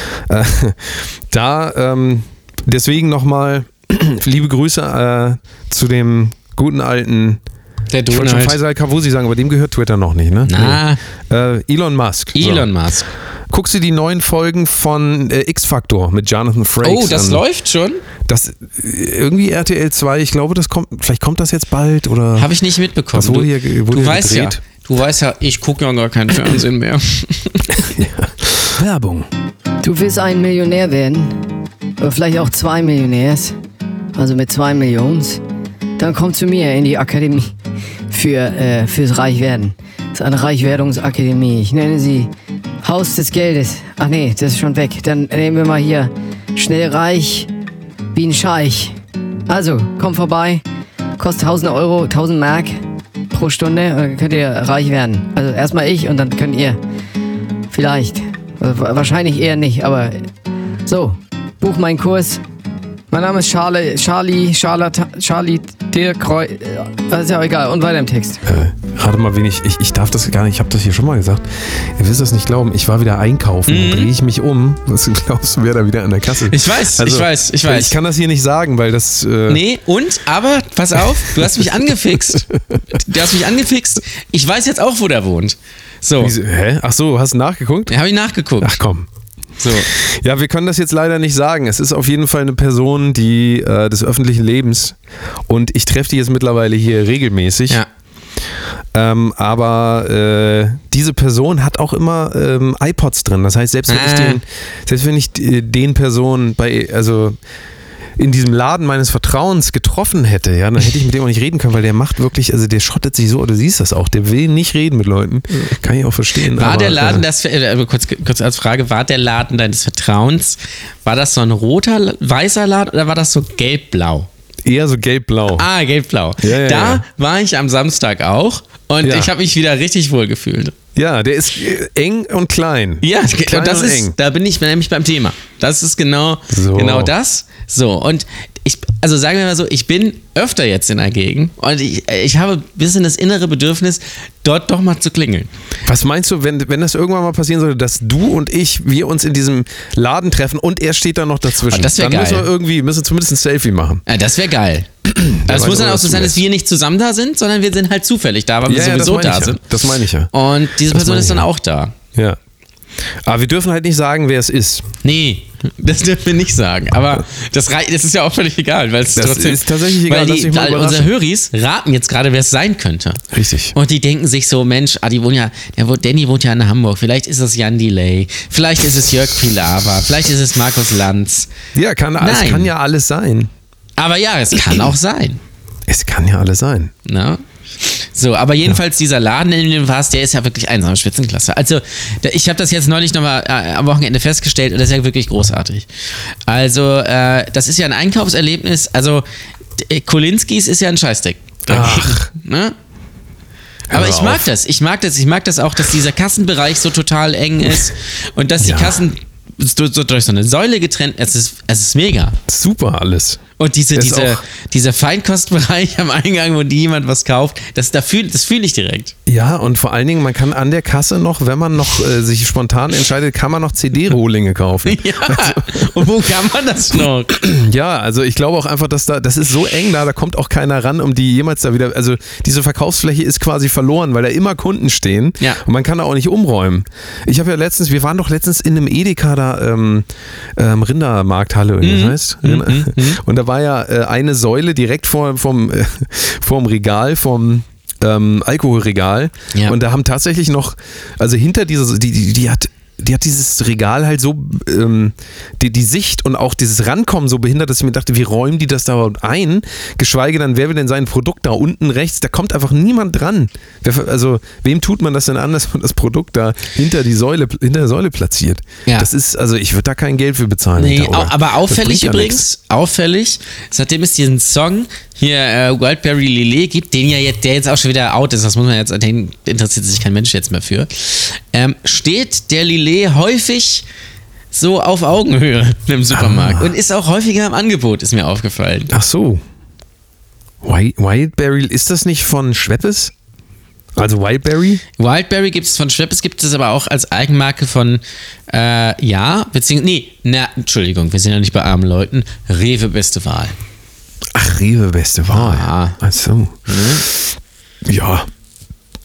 Deswegen nochmal liebe Grüße zu dem guten alten, der ich wollte schon Faisal Kavusi sagen, aber dem gehört Twitter noch nicht, ne? Elon Musk. Musk. Guckst du die neuen Folgen von X-Factor mit Jonathan Frakes? Oh, das läuft schon? Das irgendwie RTL 2, ich glaube, vielleicht kommt das jetzt bald oder. Habe ich nicht mitbekommen. Das wurde du weißt gedreht. Du weißt ja, ich gucke ja gar keinen Fernsehen mehr. Ja. Werbung. Du willst ein Millionär werden? Oder vielleicht auch 2 Millionärs? Also mit 2 Millionen? Dann komm zu mir in die Akademie fürs Reichwerden. Das ist eine Reichwerdungsakademie. Ich nenne sie Haus des Geldes. Ach nee, das ist schon weg. Dann nehmen wir mal hier schnell reich wie ein Scheich. Also, komm vorbei. Kostet 1000 Euro, 1000 Mark pro Stunde. Und dann könnt ihr reich werden. Also erstmal ich und dann könnt ihr vielleicht. Also wahrscheinlich eher nicht, aber so. Buch meinen Kurs. Mein Name ist Charlie Dirk Reu. Das ist ja auch egal. Und weiter im Text. Rate mal, wen ich darf das gar nicht, ich habe das hier schon mal gesagt. Ihr wisst das nicht glauben, ich war wieder einkaufen, drehe ich mich um. Was glaubst du, wer da wieder an der Kasse? Ich weiß. Ich kann das hier nicht sagen, weil das... Nee, aber, pass auf, du hast mich angefixt. Ich weiß jetzt auch, wo der wohnt. So. Hä? Ach so, hast du nachgeguckt? Ja, habe ich nachgeguckt. Ach komm. So. Ja, wir können das jetzt leider nicht sagen. Es ist auf jeden Fall eine Person, die des öffentlichen Lebens, und ich treffe die jetzt mittlerweile hier regelmäßig. Ja. Aber diese Person hat auch immer iPods drin. Das heißt, selbst wenn ich den Personen in diesem Laden meines Vertrauens getroffen hätte, ja, dann hätte ich mit dem auch nicht reden können, weil der macht wirklich, also der schottet sich so, du siehst das auch, der will nicht reden mit Leuten. Kann ich auch verstehen. War der Laden, kurz als Frage, war der Laden deines Vertrauens, war das so ein weißer Laden oder war das so gelb-blau? Eher so gelb-blau. Ah, gelb-blau. Ja, da war ich am Samstag auch und ich habe mich wieder richtig wohl gefühlt. Ja, der ist eng und klein. Ja, da bin ich nämlich beim Thema. Das ist genau das. So, und sagen wir mal so, ich bin öfter jetzt in der Gegend und ich habe ein bisschen das innere Bedürfnis, dort doch mal zu klingeln. Was meinst du, wenn das irgendwann mal passieren sollte, dass du und wir uns in diesem Laden treffen und er steht da noch dazwischen? Das wäre geil. Müssen wir zumindest ein Selfie machen. Ja, das wäre geil. Es muss dann auch so sein, dass wir nicht zusammen da sind, sondern wir sind halt zufällig da, weil wir sowieso da sind. Das meine ich ja. Und diese Person ist dann auch da. Ja. Aber wir dürfen halt nicht sagen, wer es ist. Nee, das dürfen wir nicht sagen. Aber das ist ja auch völlig egal, weil es trotzdem ist tatsächlich egal. Weil unsere Höris raten jetzt gerade, wer es sein könnte. Richtig. Und die denken sich so, Mensch, Danny wohnt ja in Hamburg. Vielleicht ist es Jan Delay. Vielleicht ist es Jörg Pilawa. Vielleicht ist es Markus Lanz. Ja, es kann ja alles sein. Aber ja, es kann auch sein. Es kann ja alles sein. Na? So, aber jedenfalls dieser Laden, in dem du warst, der ist ja wirklich einsame Spitzenklasse. Also, ich habe das jetzt neulich nochmal am Wochenende festgestellt und das ist ja wirklich großartig. Also, das ist ja ein Einkaufserlebnis. Also, Kolinskis ist ja ein Scheißdreck. Ach. Ne? Aber ich mag das. Ich mag das auch, dass dieser Kassenbereich so total eng ist und dass die Kassen so durch so eine Säule getrennt. Es ist mega. Super alles. Und dieser Feinkostbereich am Eingang, wo jemand was kauft, das fühle ich direkt. Ja, und vor allen Dingen, man kann an der Kasse noch, wenn man noch sich spontan entscheidet, kann man noch CD-Rohlinge kaufen. Ja, und wo kann man das noch? Ja, also ich glaube auch einfach, dass das ist so eng da kommt auch keiner ran, um die jemals da wieder, also diese Verkaufsfläche ist quasi verloren, weil da immer Kunden stehen und man kann da auch nicht umräumen. Wir waren doch letztens in einem Edeka da, Rindermarkthalle, wie das heißt. Und da war ja eine Säule direkt vorm Regal, vom Alkoholregal. Ja. Und da haben tatsächlich noch, also hinter dieser, die hat dieses Regal halt so, die Sicht und auch dieses Rankommen so behindert, dass ich mir dachte, wie räumen die das da überhaupt ein? Geschweige denn, wer will denn sein Produkt da unten rechts? Da kommt einfach niemand dran. Also, wem tut man das denn an, dass man das Produkt da hinter der Säule platziert? Ja. Das ist, also ich würde da kein Geld für bezahlen. Nee, aber auffällig übrigens, seitdem es diesen Song hier Wildberry Lillet gibt, der jetzt auch schon wieder out ist, den interessiert sich kein Mensch jetzt mehr für, steht der Lillet häufig so auf Augenhöhe im Supermarkt und ist auch häufiger im Angebot, ist mir aufgefallen. Ach so. Wildberry, ist das nicht von Schweppes? Also Wildberry? Wildberry gibt es von Schweppes, gibt es aber auch als Eigenmarke von, Entschuldigung, wir sind ja nicht bei armen Leuten, Rewe Beste Wahl. Ach, Rewe Beste Wahl. Ah. Ach so. Ja.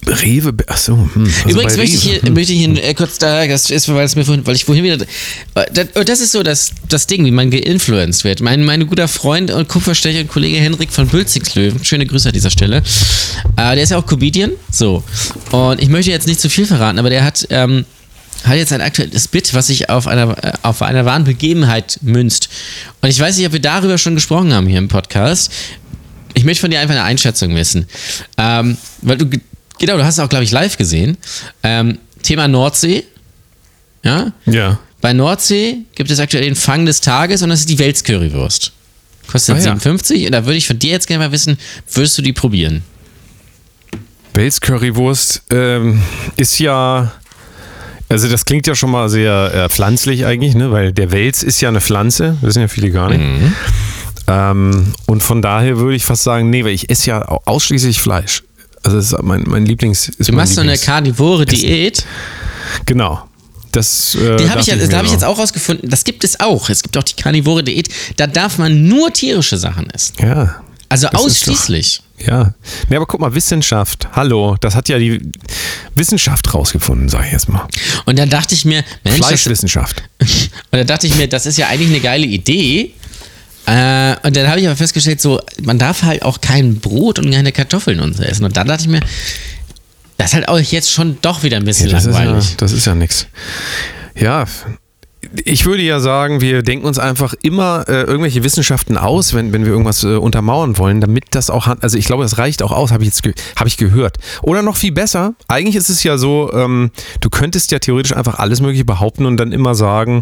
Rewe, achso. Also übrigens möchte ich hier kurz da, das ist, weil ich vorhin wieder, das ist so das Ding, wie man geinfluenced wird. Mein guter Freund und Kupferstecher und Kollege Henrik von Bülzigslöwen, schöne Grüße an dieser Stelle, der ist ja auch Comedian, so. Und ich möchte jetzt nicht zu viel verraten, aber der hat jetzt ein aktuelles Bit, was sich auf einer wahren Begebenheit münzt. Und ich weiß nicht, ob wir darüber schon gesprochen haben hier im Podcast. Ich möchte von dir einfach eine Einschätzung wissen. Weil du hast es auch, glaube ich, live gesehen. Thema Nordsee. Ja? Ja. Bei Nordsee gibt es aktuell den Fang des Tages und das ist die Wels-Currywurst. Kostet 57 und da würde ich von dir jetzt gerne mal wissen, würdest du die probieren? Wels-Currywurst ist ja, also das klingt ja schon mal sehr pflanzlich eigentlich, ne? Weil der Wels ist ja eine Pflanze, wissen ja viele gar nicht. Und von daher würde ich fast sagen, nee, weil ich esse ja ausschließlich Fleisch. Also das ist mein Lieblings. Du machst so eine Karnivore-Diät? Genau. Das habe ich jetzt auch rausgefunden. Das gibt es auch. Es gibt auch die Karnivore-Diät. Da darf man nur tierische Sachen essen. Ja. Also ausschließlich. Ja. Nee, aber guck mal, Wissenschaft. Hallo, das hat ja die Wissenschaft rausgefunden, sag ich jetzt mal. Und dann dachte ich mir, Mensch, Fleischwissenschaft. Und dann dachte ich mir, das ist ja eigentlich eine geile Idee. Und dann habe ich aber festgestellt, so, man darf halt auch kein Brot und keine Kartoffeln und so essen. Und dann dachte ich mir, das ist halt auch jetzt schon doch wieder ein bisschen langweilig. Das ist ja nichts. Ja, ich würde ja sagen, wir denken uns einfach immer irgendwelche Wissenschaften aus, wenn wir irgendwas untermauern wollen, damit das auch, also ich glaube, das reicht auch aus, habe ich gehört. Oder noch viel besser, eigentlich ist es ja so, du könntest ja theoretisch einfach alles Mögliche behaupten und dann immer sagen,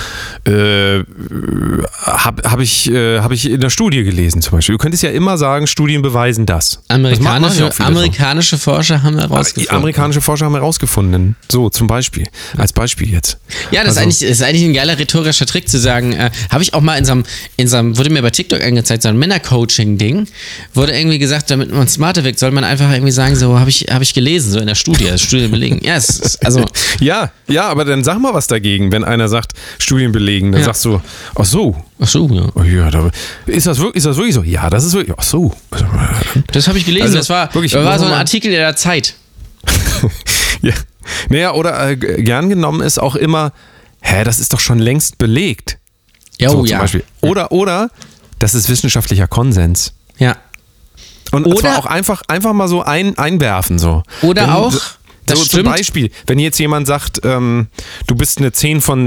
habe ich in der Studie gelesen zum Beispiel. Du könntest ja immer sagen, Studien beweisen das. Amerikanische Forscher haben herausgefunden. Amerikanische Forscher haben herausgefunden. So, zum Beispiel. Als Beispiel jetzt. Ja, das ist eigentlich ein geiler rhetorischer Trick zu sagen, habe ich auch mal in so einem, wurde mir bei TikTok angezeigt, so ein Männer-Coaching-Ding, wurde irgendwie gesagt, damit man smarter wirkt, soll man einfach irgendwie sagen, so habe ich gelesen, so in der Studie, Studien belegen. Ja, ja, aber dann sag mal was dagegen, wenn einer sagt, Studien belegen, dann sagst du, ach so, ja. Oh, ja, ist das wirklich so? Ja, das ist wirklich, ach so. Das habe ich gelesen, also, das war so ein Artikel in der Zeit. Ja. Naja, oder gern genommen ist auch immer, das ist doch schon längst belegt. Ja, so, zum Beispiel. Oder, das ist wissenschaftlicher Konsens. Ja. Und zwar auch einfach mal so einwerfen. So. Oder auch, das stimmt. Zum Beispiel, wenn jetzt jemand sagt, du bist eine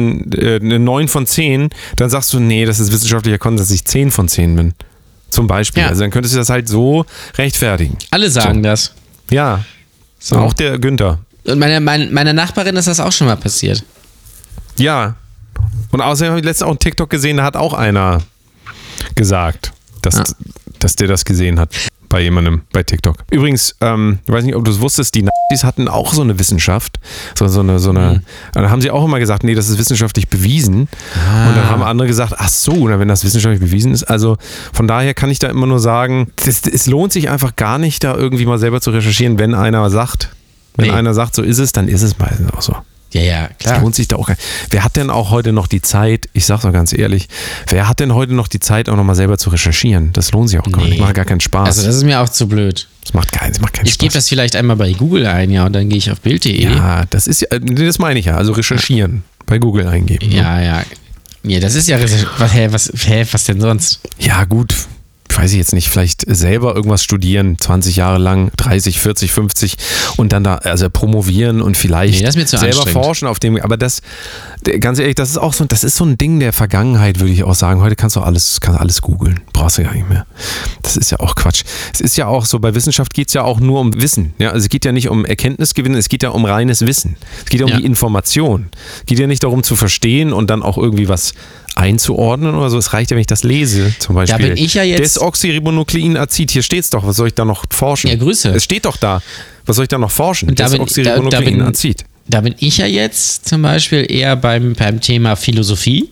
9 von 10, dann sagst du, nee, das ist wissenschaftlicher Konsens, dass ich 10 von 10 bin. Zum Beispiel. Ja. Also dann könntest du das halt so rechtfertigen. Alle sagen das. Ja. So. Auch der Günther. Und meiner Nachbarin ist das auch schon mal passiert. Ja. Und außerdem habe ich letztens auch einen TikTok gesehen, da hat auch einer gesagt, dass der das gesehen hat bei jemandem bei TikTok. Übrigens, ich weiß nicht, ob du es wusstest, die Nazis hatten auch so eine Wissenschaft. So eine, da haben sie auch immer gesagt, nee, das ist wissenschaftlich bewiesen. Und dann haben andere gesagt, ach so, wenn das wissenschaftlich bewiesen ist. Also von daher kann ich da immer nur sagen, es lohnt sich einfach gar nicht, da irgendwie mal selber zu recherchieren, wenn einer sagt, so ist es, dann ist es meistens auch so. Ja, klar. Das lohnt sich da auch. Wer hat denn auch heute noch die Zeit, ich sag's mal ganz ehrlich, wer hat denn heute noch die Zeit, auch nochmal selber zu recherchieren? Das lohnt sich auch gar nicht. Macht gar keinen Spaß. Also das ist mir auch zu blöd. Das macht keinen Spaß. Ich gebe das vielleicht einmal bei Google ein, ja, und dann gehe ich auf Bild.de. Ja, das meine ich ja. Also recherchieren. Bei Google eingeben. Ja. Ja, das ist ja, was denn sonst? Ja, gut. Weiß ich jetzt nicht, vielleicht selber irgendwas studieren, 20 Jahre lang, 30, 40, 50 und dann da promovieren und vielleicht selber forschen auf dem, aber das, ganz ehrlich, das ist so ein Ding der Vergangenheit, würde ich auch sagen. Heute kannst du alles googeln, brauchst du gar nicht mehr. Das ist ja auch Quatsch. Es ist ja auch so, bei Wissenschaft geht es ja auch nur um Wissen. Ja? Also es geht ja nicht um Erkenntnisgewinn, es geht ja um reines Wissen. Es geht ja um die Information. Es geht ja nicht darum zu verstehen und dann auch irgendwie was einzuordnen oder so. Es reicht ja, wenn ich das lese, zum Beispiel. Da bin ich ja jetzt... Desoxyribonukleinazid, hier steht's doch. Was soll ich da noch forschen? Ja, Grüße. Es steht doch da. Was soll ich da noch forschen? Desoxyribonukleinazid. Da bin ich ja jetzt zum Beispiel eher beim Thema Philosophie.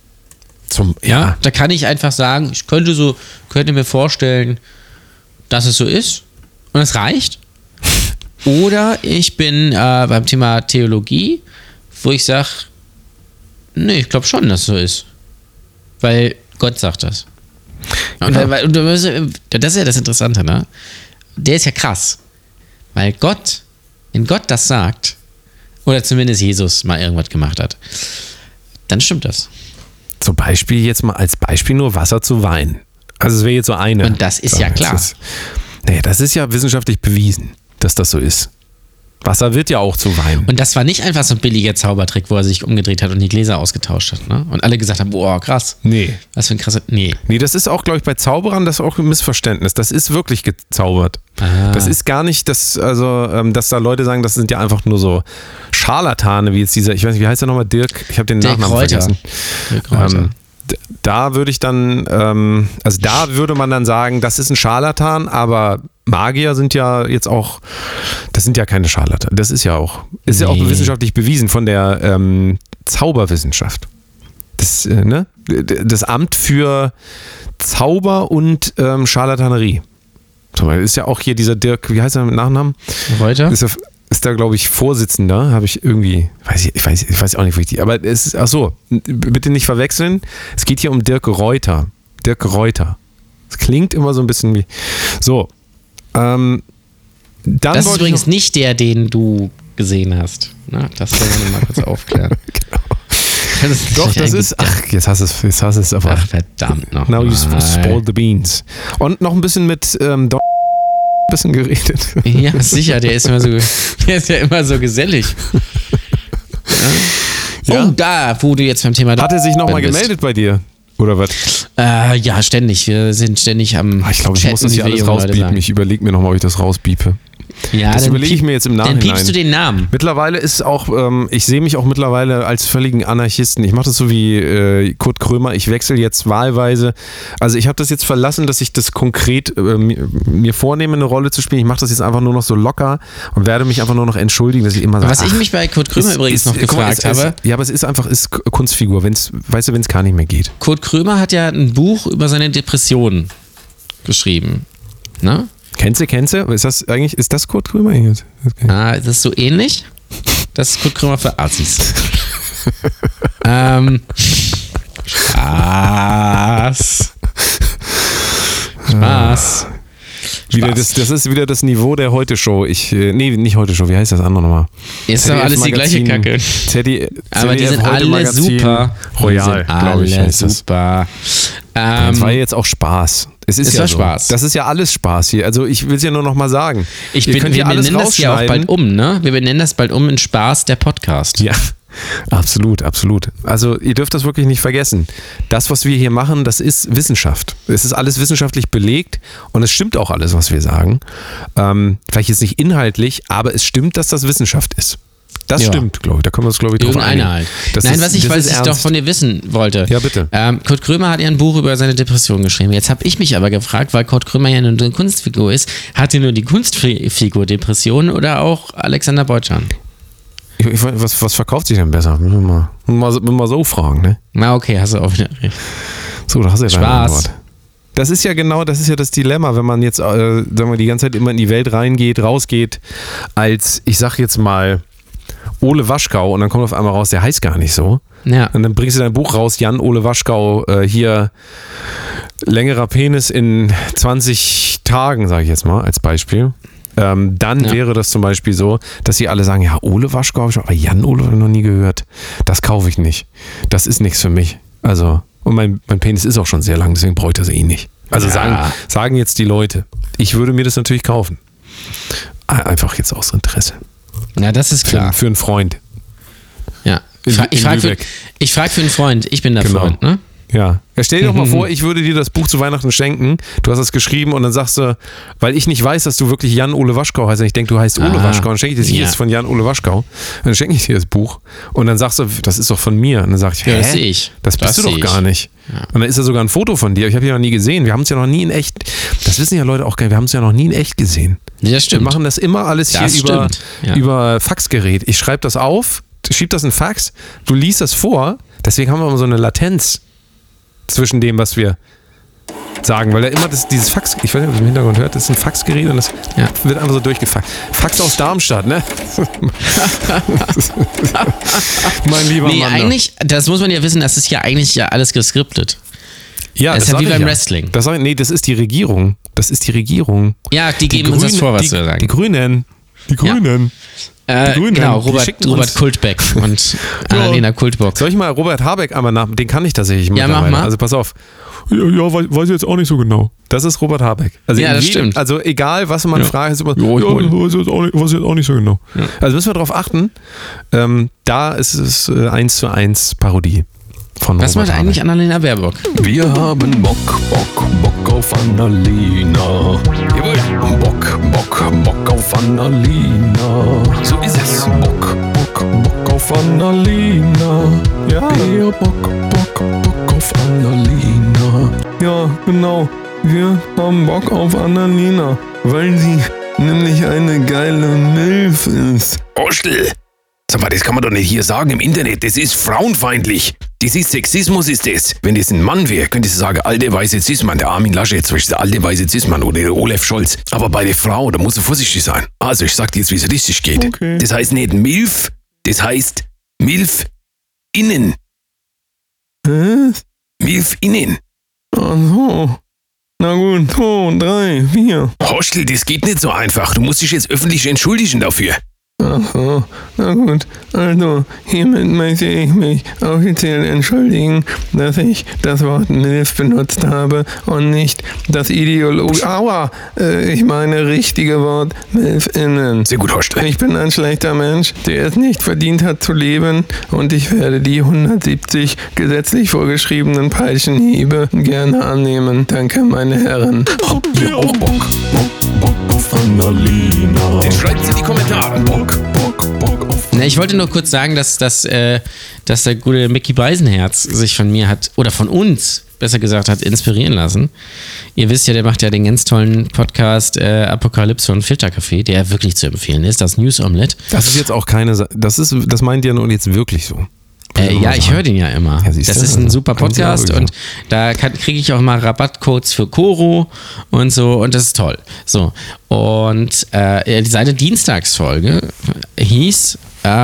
Da kann ich einfach sagen, ich könnte mir vorstellen, dass es so ist und es reicht. Oder ich bin beim Thema Theologie, wo ich sage, nee, ich glaube schon, dass es so ist. Weil Gott sagt das. Und das ist ja das Interessante, ne? Der ist ja krass. Weil Gott wenn Gott das sagt, oder zumindest Jesus mal irgendwas gemacht hat, dann stimmt das. Zum Beispiel jetzt mal als Beispiel nur Wasser zu Wein. Also es wäre jetzt so eine. Und das ist ja klar. Das ist ja wissenschaftlich bewiesen, dass das so ist. Wasser wird ja auch zu Wein. Und das war nicht einfach so ein billiger Zaubertrick, wo er sich umgedreht hat und die Gläser ausgetauscht hat, ne? Und alle gesagt haben, boah, krass. Nee. Was für ein krasser... Nee, das ist auch, glaube ich, bei Zauberern, das ist auch ein Missverständnis. Das ist wirklich gezaubert. Das ist gar nicht, dass da Leute sagen, das sind ja einfach nur so Scharlatane, wie jetzt dieser, ich weiß nicht, wie heißt der nochmal, Dirk? Ich habe den Nachnamen vergessen. Dirk Reuter. Da würde ich dann, da würde man dann sagen, das ist ein Scharlatan, aber Magier sind ja jetzt auch, das sind ja keine Scharlatan. Das ist ja auch wissenschaftlich bewiesen von der Zauberwissenschaft. Das Amt für Zauber und Scharlatanerie. Zum Beispiel ist ja auch hier dieser Dirk, wie heißt er mit Nachnamen? Reuter? Ist da, glaube ich, Vorsitzender, habe ich irgendwie, ich weiß auch nicht richtig, aber es ist, ach so, bitte nicht verwechseln, es geht hier um Dirk Reuter. Dirk Reuter. Das klingt immer so ein bisschen wie, so. Dann das ist übrigens nicht der, den du gesehen hast. Na, das wollen wir mal kurz aufklären. Genau. Doch, das ist, jetzt hast du es aber. Ach, verdammt noch. Now you spoiled the beans. Und noch ein bisschen mit bisschen geredet. Ja, sicher, der ist ja immer so gesellig. Ja. Oh, da, wo du jetzt beim Thema... Hat er sich nochmal gemeldet bei dir? Oder was? Ja, ständig. Wir sind ständig am Ich glaube, ich muss das hier alles rausbiepen. Ich überlege mir nochmal, ob ich das rausbiepe. Ja, das überlege ich mir jetzt im Nachhinein. Dann piepst du den Namen. Mittlerweile ist auch, ich sehe mich auch mittlerweile als völligen Anarchisten. Ich mache das so wie Kurt Krömer, ich wechsle jetzt wahlweise. Also ich habe das jetzt verlassen, dass ich das konkret mir vornehme, eine Rolle zu spielen. Ich mache das jetzt einfach nur noch so locker und werde mich einfach nur noch entschuldigen, dass ich immer sage, was ich mich bei Kurt Krömer übrigens noch gefragt habe. Ja, aber es ist einfach Kunstfigur, wenn es gar nicht mehr geht. Kurt Krömer hat ja ein Buch über seine Depressionen geschrieben. Ne? Kennst du? Ist das Kurt Krömer? Das ist so ähnlich. Das ist Kurt Krömer für Assis. Spaß. Das ist wieder das Niveau der Heute-Show. Nicht Heute-Show, wie heißt das andere nochmal? Ist doch alles die gleiche Kacke. Aber die sind alle super. Royal, glaube ich. Alle super. Das war jetzt auch Spaß. Es war Spaß. Das ist ja alles Spaß hier. Also ich will es ja nur noch mal sagen. Wir benennen das ja auch bald um, ne? Wir benennen das bald um in Spaß, der Podcast. Ja, absolut. Also ihr dürft das wirklich nicht vergessen. Das, was wir hier machen, das ist Wissenschaft. Es ist alles wissenschaftlich belegt und es stimmt auch alles, was wir sagen. Vielleicht jetzt nicht inhaltlich, aber es stimmt, dass das Wissenschaft ist. Das stimmt, glaube ich. Da können wir uns, glaube ich, drauf einigen. Halt. Was ich doch von dir wissen wollte. Ja, bitte. Kurt Krömer hat ja ein Buch über seine Depression geschrieben. Jetzt habe ich mich aber gefragt, weil Kurt Krömer ja nur eine Kunstfigur ist, hat er nur die Kunstfigur Depression oder auch Alexander Beutschan? Was verkauft sich denn besser? Mal so fragen, ne? Na, okay, hast du auch wieder recht. So, da hast du ja deine Spaß. Antwort. Das ist ja das Dilemma, wenn man jetzt, sagen wir, die ganze Zeit immer in die Welt reingeht, rausgeht, als, ich sag jetzt mal, Ole Waschkau und dann kommt auf einmal raus, der heißt gar nicht so. Ja. Und dann bringst du dein Buch raus, Jan Ole Waschkau, hier längerer Penis in 20 Tagen, sage ich jetzt mal, als Beispiel. Dann wäre das zum Beispiel so, dass sie alle sagen, ja, Ole Waschkau habe ich schon, aber Jan Ole habe ich noch nie gehört. Das kaufe ich nicht. Das ist nichts für mich. Also, und mein Penis ist auch schon sehr lang, deswegen bräuchte er ihn nicht. Also sagen jetzt die Leute. Ich würde mir das natürlich kaufen. Einfach jetzt aus Interesse. Ja, das ist klar. Für einen Freund. Ja. Ich frage für einen Freund. Ich bin der Freund, ne? Ja. Stell dir doch mal vor, ich würde dir das Buch zu Weihnachten schenken. Du hast es geschrieben und dann sagst du, weil ich nicht weiß, dass du wirklich Jan Ole Waschkau heißt. Ich denke, du heißt Ole Waschkau. Dann schenke ich das hier jetzt von Jan Ole Waschkau. Dann schenke ich dir das Buch und dann sagst du, das ist doch von mir. Und dann sag ich, das sehe ich. Das bist du doch gar nicht. Ja. Und dann ist da sogar ein Foto von dir. Ich habe dich noch nie gesehen. Wir haben es ja noch nie in echt. Das wissen ja Leute auch gar nicht. Wir haben es ja noch nie in echt gesehen. Ja, das stimmt. Wir machen das immer alles hier über Faxgerät. Ich schreibe das auf, schieb das in Fax, du liest das vor. Deswegen haben wir immer so eine Latenz zwischen dem, was wir sagen, weil da immer dieses Fax, ich weiß nicht, ob ihr im Hintergrund hört, das ist ein Faxgerät und das wird einfach so durchgefaxt. Fax aus Darmstadt, ne? Mein lieber Mann. Eigentlich, das muss man ja wissen, das ist ja eigentlich alles geskriptet. Ja, das ist ja wie beim Wrestling. Das ist die Regierung. Das ist die Regierung. Ja, die geben uns das vor, was wir sagen. Die Grünen. Die Grünen. Genau, Robert Kultbeck und Annalena Kultbock. Soll ich mal Robert Habeck einmal nach? Den kann ich tatsächlich mittlerweile. Ja, mach mal. Also pass auf. Ja, weiß ich jetzt auch nicht so genau. Das ist Robert Habeck. Also ja, das stimmt. Also egal, was man fragt, ist immer, weiß ich jetzt auch nicht so genau. Ja. Also müssen wir darauf achten, da ist es 1:1 Parodie von Was Robert macht eigentlich Annalena Baerbock? Wir haben Bock auf Annalena. Jawohl. Bock auf Annalena. So ist es. Bock auf Annalena. Ja. Wir Bock auf Annalena. Ja, genau. Wir haben Bock auf Annalena, weil sie nämlich eine geile Milf ist. Ostel. Sag mal, das kann man doch nicht hier sagen im Internet. Das ist frauenfeindlich. Das ist Sexismus, ist das. Wenn das ein Mann wäre, könntest du sagen, alte weiße Cis-Mann, der Armin Laschet, zum Beispiel der alte weiße Cis-Mann oder der Olaf Scholz. Aber bei der Frau, da musst du vorsichtig sein. Also, ich sag dir jetzt, wie es richtig geht. Okay. Das heißt nicht Milf, das heißt Milf innen. Was? Milf innen. Ach so. Na gut, 2, 3, 4. Hostel, das geht nicht so einfach. Du musst dich jetzt öffentlich entschuldigen dafür. Ach so, na gut. Also, hiermit möchte ich mich offiziell entschuldigen, dass ich das Wort Milf benutzt habe und nicht das ich meine richtige Wort MilfInnen. Sehr gut, Hostel. Ich bin ein schlechter Mensch, der es nicht verdient hat zu leben und ich werde die 170 gesetzlich vorgeschriebenen Peitschenhiebe gerne annehmen. Danke, meine Herren. Habt ihr auch Bock auf Annalena? Den schreibt in die Kommentare. Bock auf. Na, ich wollte nur kurz sagen, dass der gute Micky Beisenherz sich von mir hat, oder von uns, besser gesagt, hat inspirieren lassen. Ihr wisst ja, der macht ja den ganz tollen Podcast Apokalypse und Filterkaffee, der wirklich zu empfehlen ist, das News Omelette. Das ist jetzt auch das meint ihr nun jetzt wirklich so? Ja, ich höre den ja immer. Ja, das ist ein super Podcast und da kriege ich auch mal Rabattcodes für Koro und so und das ist toll. So, und seine Dienstagsfolge hieß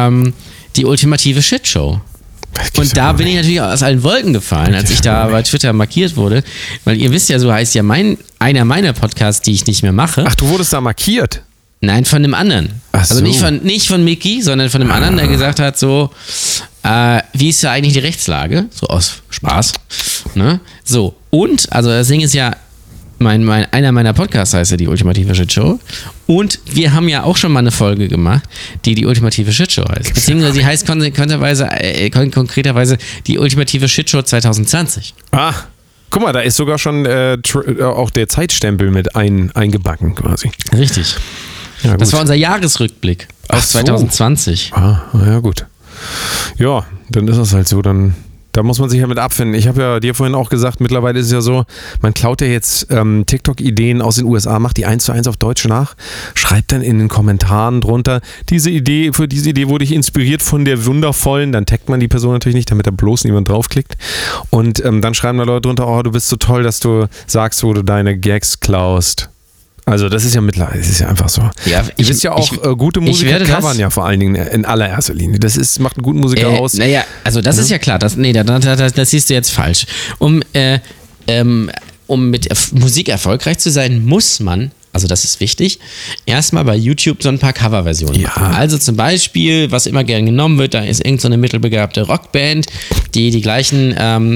die ultimative Shitshow. Und da bin ich natürlich aus allen Wolken gefallen, als ich da bei Twitter markiert wurde, weil ihr wisst ja, so heißt ja einer meiner Podcasts, die ich nicht mehr mache. Ach, du wurdest da markiert? Nein, von dem anderen. Ach so. Also nicht von Micky, sondern von dem anderen, der gesagt hat, so, wie ist ja eigentlich die Rechtslage? So aus Spaß. Ne? So, und, also das Ding ist ja, einer meiner Podcasts heißt ja die ultimative Shitshow. Und wir haben ja auch schon mal eine Folge gemacht, die ultimative Shitshow heißt. Beziehungsweise sie heißt konkreterweise die ultimative Shitshow 2020. Ah, guck mal, da ist sogar schon auch der Zeitstempel mit eingebacken quasi. Richtig. Ja, das war unser Jahresrückblick auf 2020. Ah, ja gut. Ja, dann ist das halt so, da muss man sich ja mit abfinden. Ich habe ja dir vorhin auch gesagt, mittlerweile ist es ja so, man klaut ja jetzt TikTok-Ideen aus den USA, macht die 1:1 auf Deutsch nach, schreibt dann in den Kommentaren drunter, für diese Idee wurde ich inspiriert von der wundervollen, dann taggt man die Person natürlich nicht, damit da bloß niemand draufklickt. Und dann schreiben da Leute drunter, oh, du bist so toll, dass du sagst, wo du deine Gags klaust. Also das ist ja mittlerweile, es ist ja einfach so. Ja, ihr wisst ja auch, gute Musiker covern ja vor allen Dingen in allererster Linie. Macht einen guten Musiker aus. Naja, also das ist ja klar. Das siehst du jetzt falsch. Um mit Musik erfolgreich zu sein, muss man, also das ist wichtig, erstmal bei YouTube so ein paar Coverversionen machen. Also zum Beispiel, was immer gern genommen wird, da ist irgend so eine mittelbegabte Rockband, die gleichen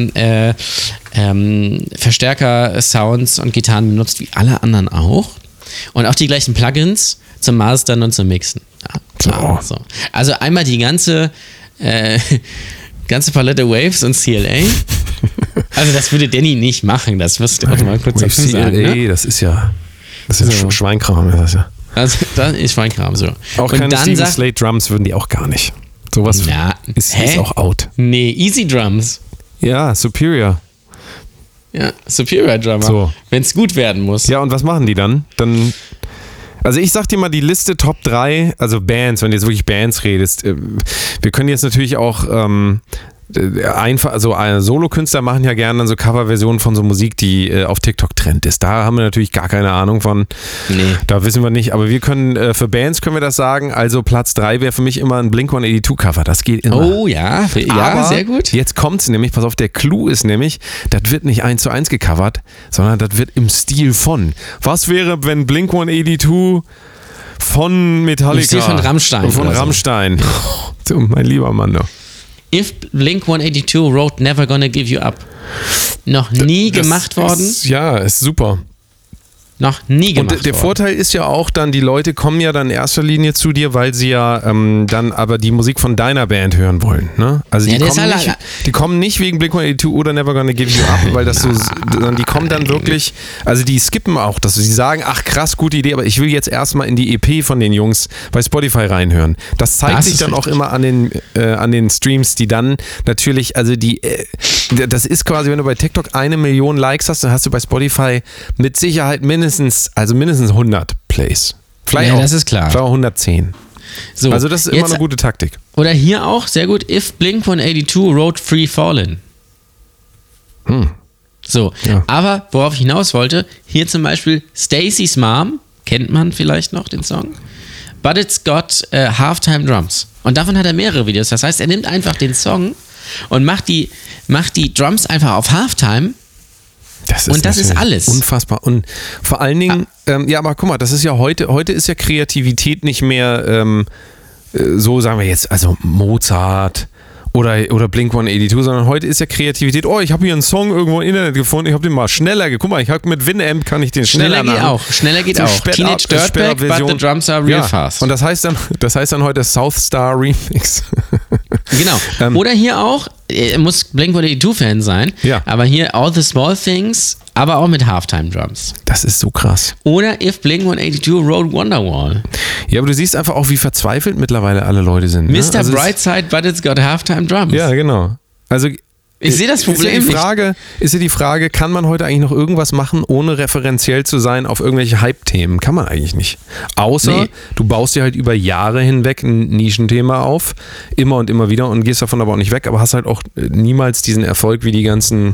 Verstärker, Sounds und Gitarren benutzt wie alle anderen auch. Und auch die gleichen Plugins zum Mastern und zum Mixen. Ja, klar. So. Also einmal die ganze Palette Waves und CLA. Also das würde Danny nicht machen, das wirst du auch mal kurz dazu sagen. CLA, ne? Das ist ja Schweinkram. Ist das ja. Also das ist Schweinkram, so. Auch und keine Steven Slate Drums würden die auch gar nicht. Sowas ist auch out. Nee, Easy Drums. Ja, Superior. Ja, Superior Drummer. So. Wenn es gut werden muss. Ja, und was machen die dann? Also ich sag dir mal die Liste Top 3, also Bands, wenn du jetzt wirklich Bands redest. Wir können jetzt natürlich auch einfach, also Solokünstler machen ja gerne dann so Coverversionen von so Musik, die auf TikTok Trend ist. Da haben wir natürlich gar keine Ahnung von. Nee. Da wissen wir nicht. Aber wir können, für Bands können wir das sagen. Also Platz 3 wäre für mich immer ein Blink-182 Cover. Das geht immer. Oh ja, aber sehr gut. Jetzt kommt's nämlich, pass auf, der Clou ist nämlich, das wird nicht 1:1 gecovert, sondern das wird im Stil von. Was wäre, wenn Blink-182 von Metallica. Ich stehe von Rammstein. Von Rammstein. So. Mein lieber Mann doch. If Blink-182 wrote Never Gonna Give You Up. Noch nie gemacht worden. Ist super. Noch nie gemacht worden. Und der Vorteil ist ja auch dann, die Leute kommen ja dann in erster Linie zu dir, weil sie ja dann aber die Musik von deiner Band hören wollen. Ne? Also die kommen nicht wegen Blink-182 oder Never Gonna Give You Up, weil das so, sondern die kommen dann wirklich, also die skippen auch, dass sie sagen, ach krass, gute Idee, aber ich will jetzt erstmal in die EP von den Jungs bei Spotify reinhören. Das zeigt sich dann auch immer an den Streams, die dann natürlich, also das ist quasi, wenn du bei TikTok 1 Million Likes hast, dann hast du bei Spotify mit Sicherheit mindestens 100 Plays. Vielleicht auch, das ist klar. Vielleicht auch 110. So, also das ist immer eine gute Taktik. Oder hier auch, sehr gut, If Blink-182 wrote Free Fallin'. So, ja. Aber worauf ich hinaus wollte, hier zum Beispiel Stacy's Mom, kennt man vielleicht noch den Song, but it's got Halftime Drums. Und davon hat er mehrere Videos. Das heißt, er nimmt einfach den Song und macht die Drums einfach auf Halftime. Das ist alles. Unfassbar. Und vor allen Dingen, aber guck mal, das ist ja heute ist ja Kreativität nicht mehr so, sagen wir jetzt, also Mozart oder Blink-182, sondern heute ist ja Kreativität, ich habe hier einen Song irgendwo im Internet gefunden, ich habe den mal schneller, guck mal, ich habe mit Winamp kann ich den schneller machen. Schneller geht auch. Teenage Dirtbag, but the drums are real fast. Und das heißt dann heute South Star Remix. Genau. Oder hier auch, muss Blink-182-Fan sein, aber hier All the Small Things, aber auch mit Halftime-Drums. Das ist so krass. Oder If Blink-182 wrote Wonderwall. Ja, aber du siehst einfach auch, wie verzweifelt mittlerweile alle Leute sind. Ne? Mr. Brightside, but it's got Halftime-Drums. Ja, genau. Also ich sehe das Problem ist ja die Frage, kann man heute eigentlich noch irgendwas machen, ohne referenziell zu sein auf irgendwelche Hype-Themen? Kann man eigentlich nicht. Außer du baust dir halt über Jahre hinweg ein Nischenthema auf, immer und immer wieder und gehst davon aber auch nicht weg, aber hast halt auch niemals diesen Erfolg wie die ganzen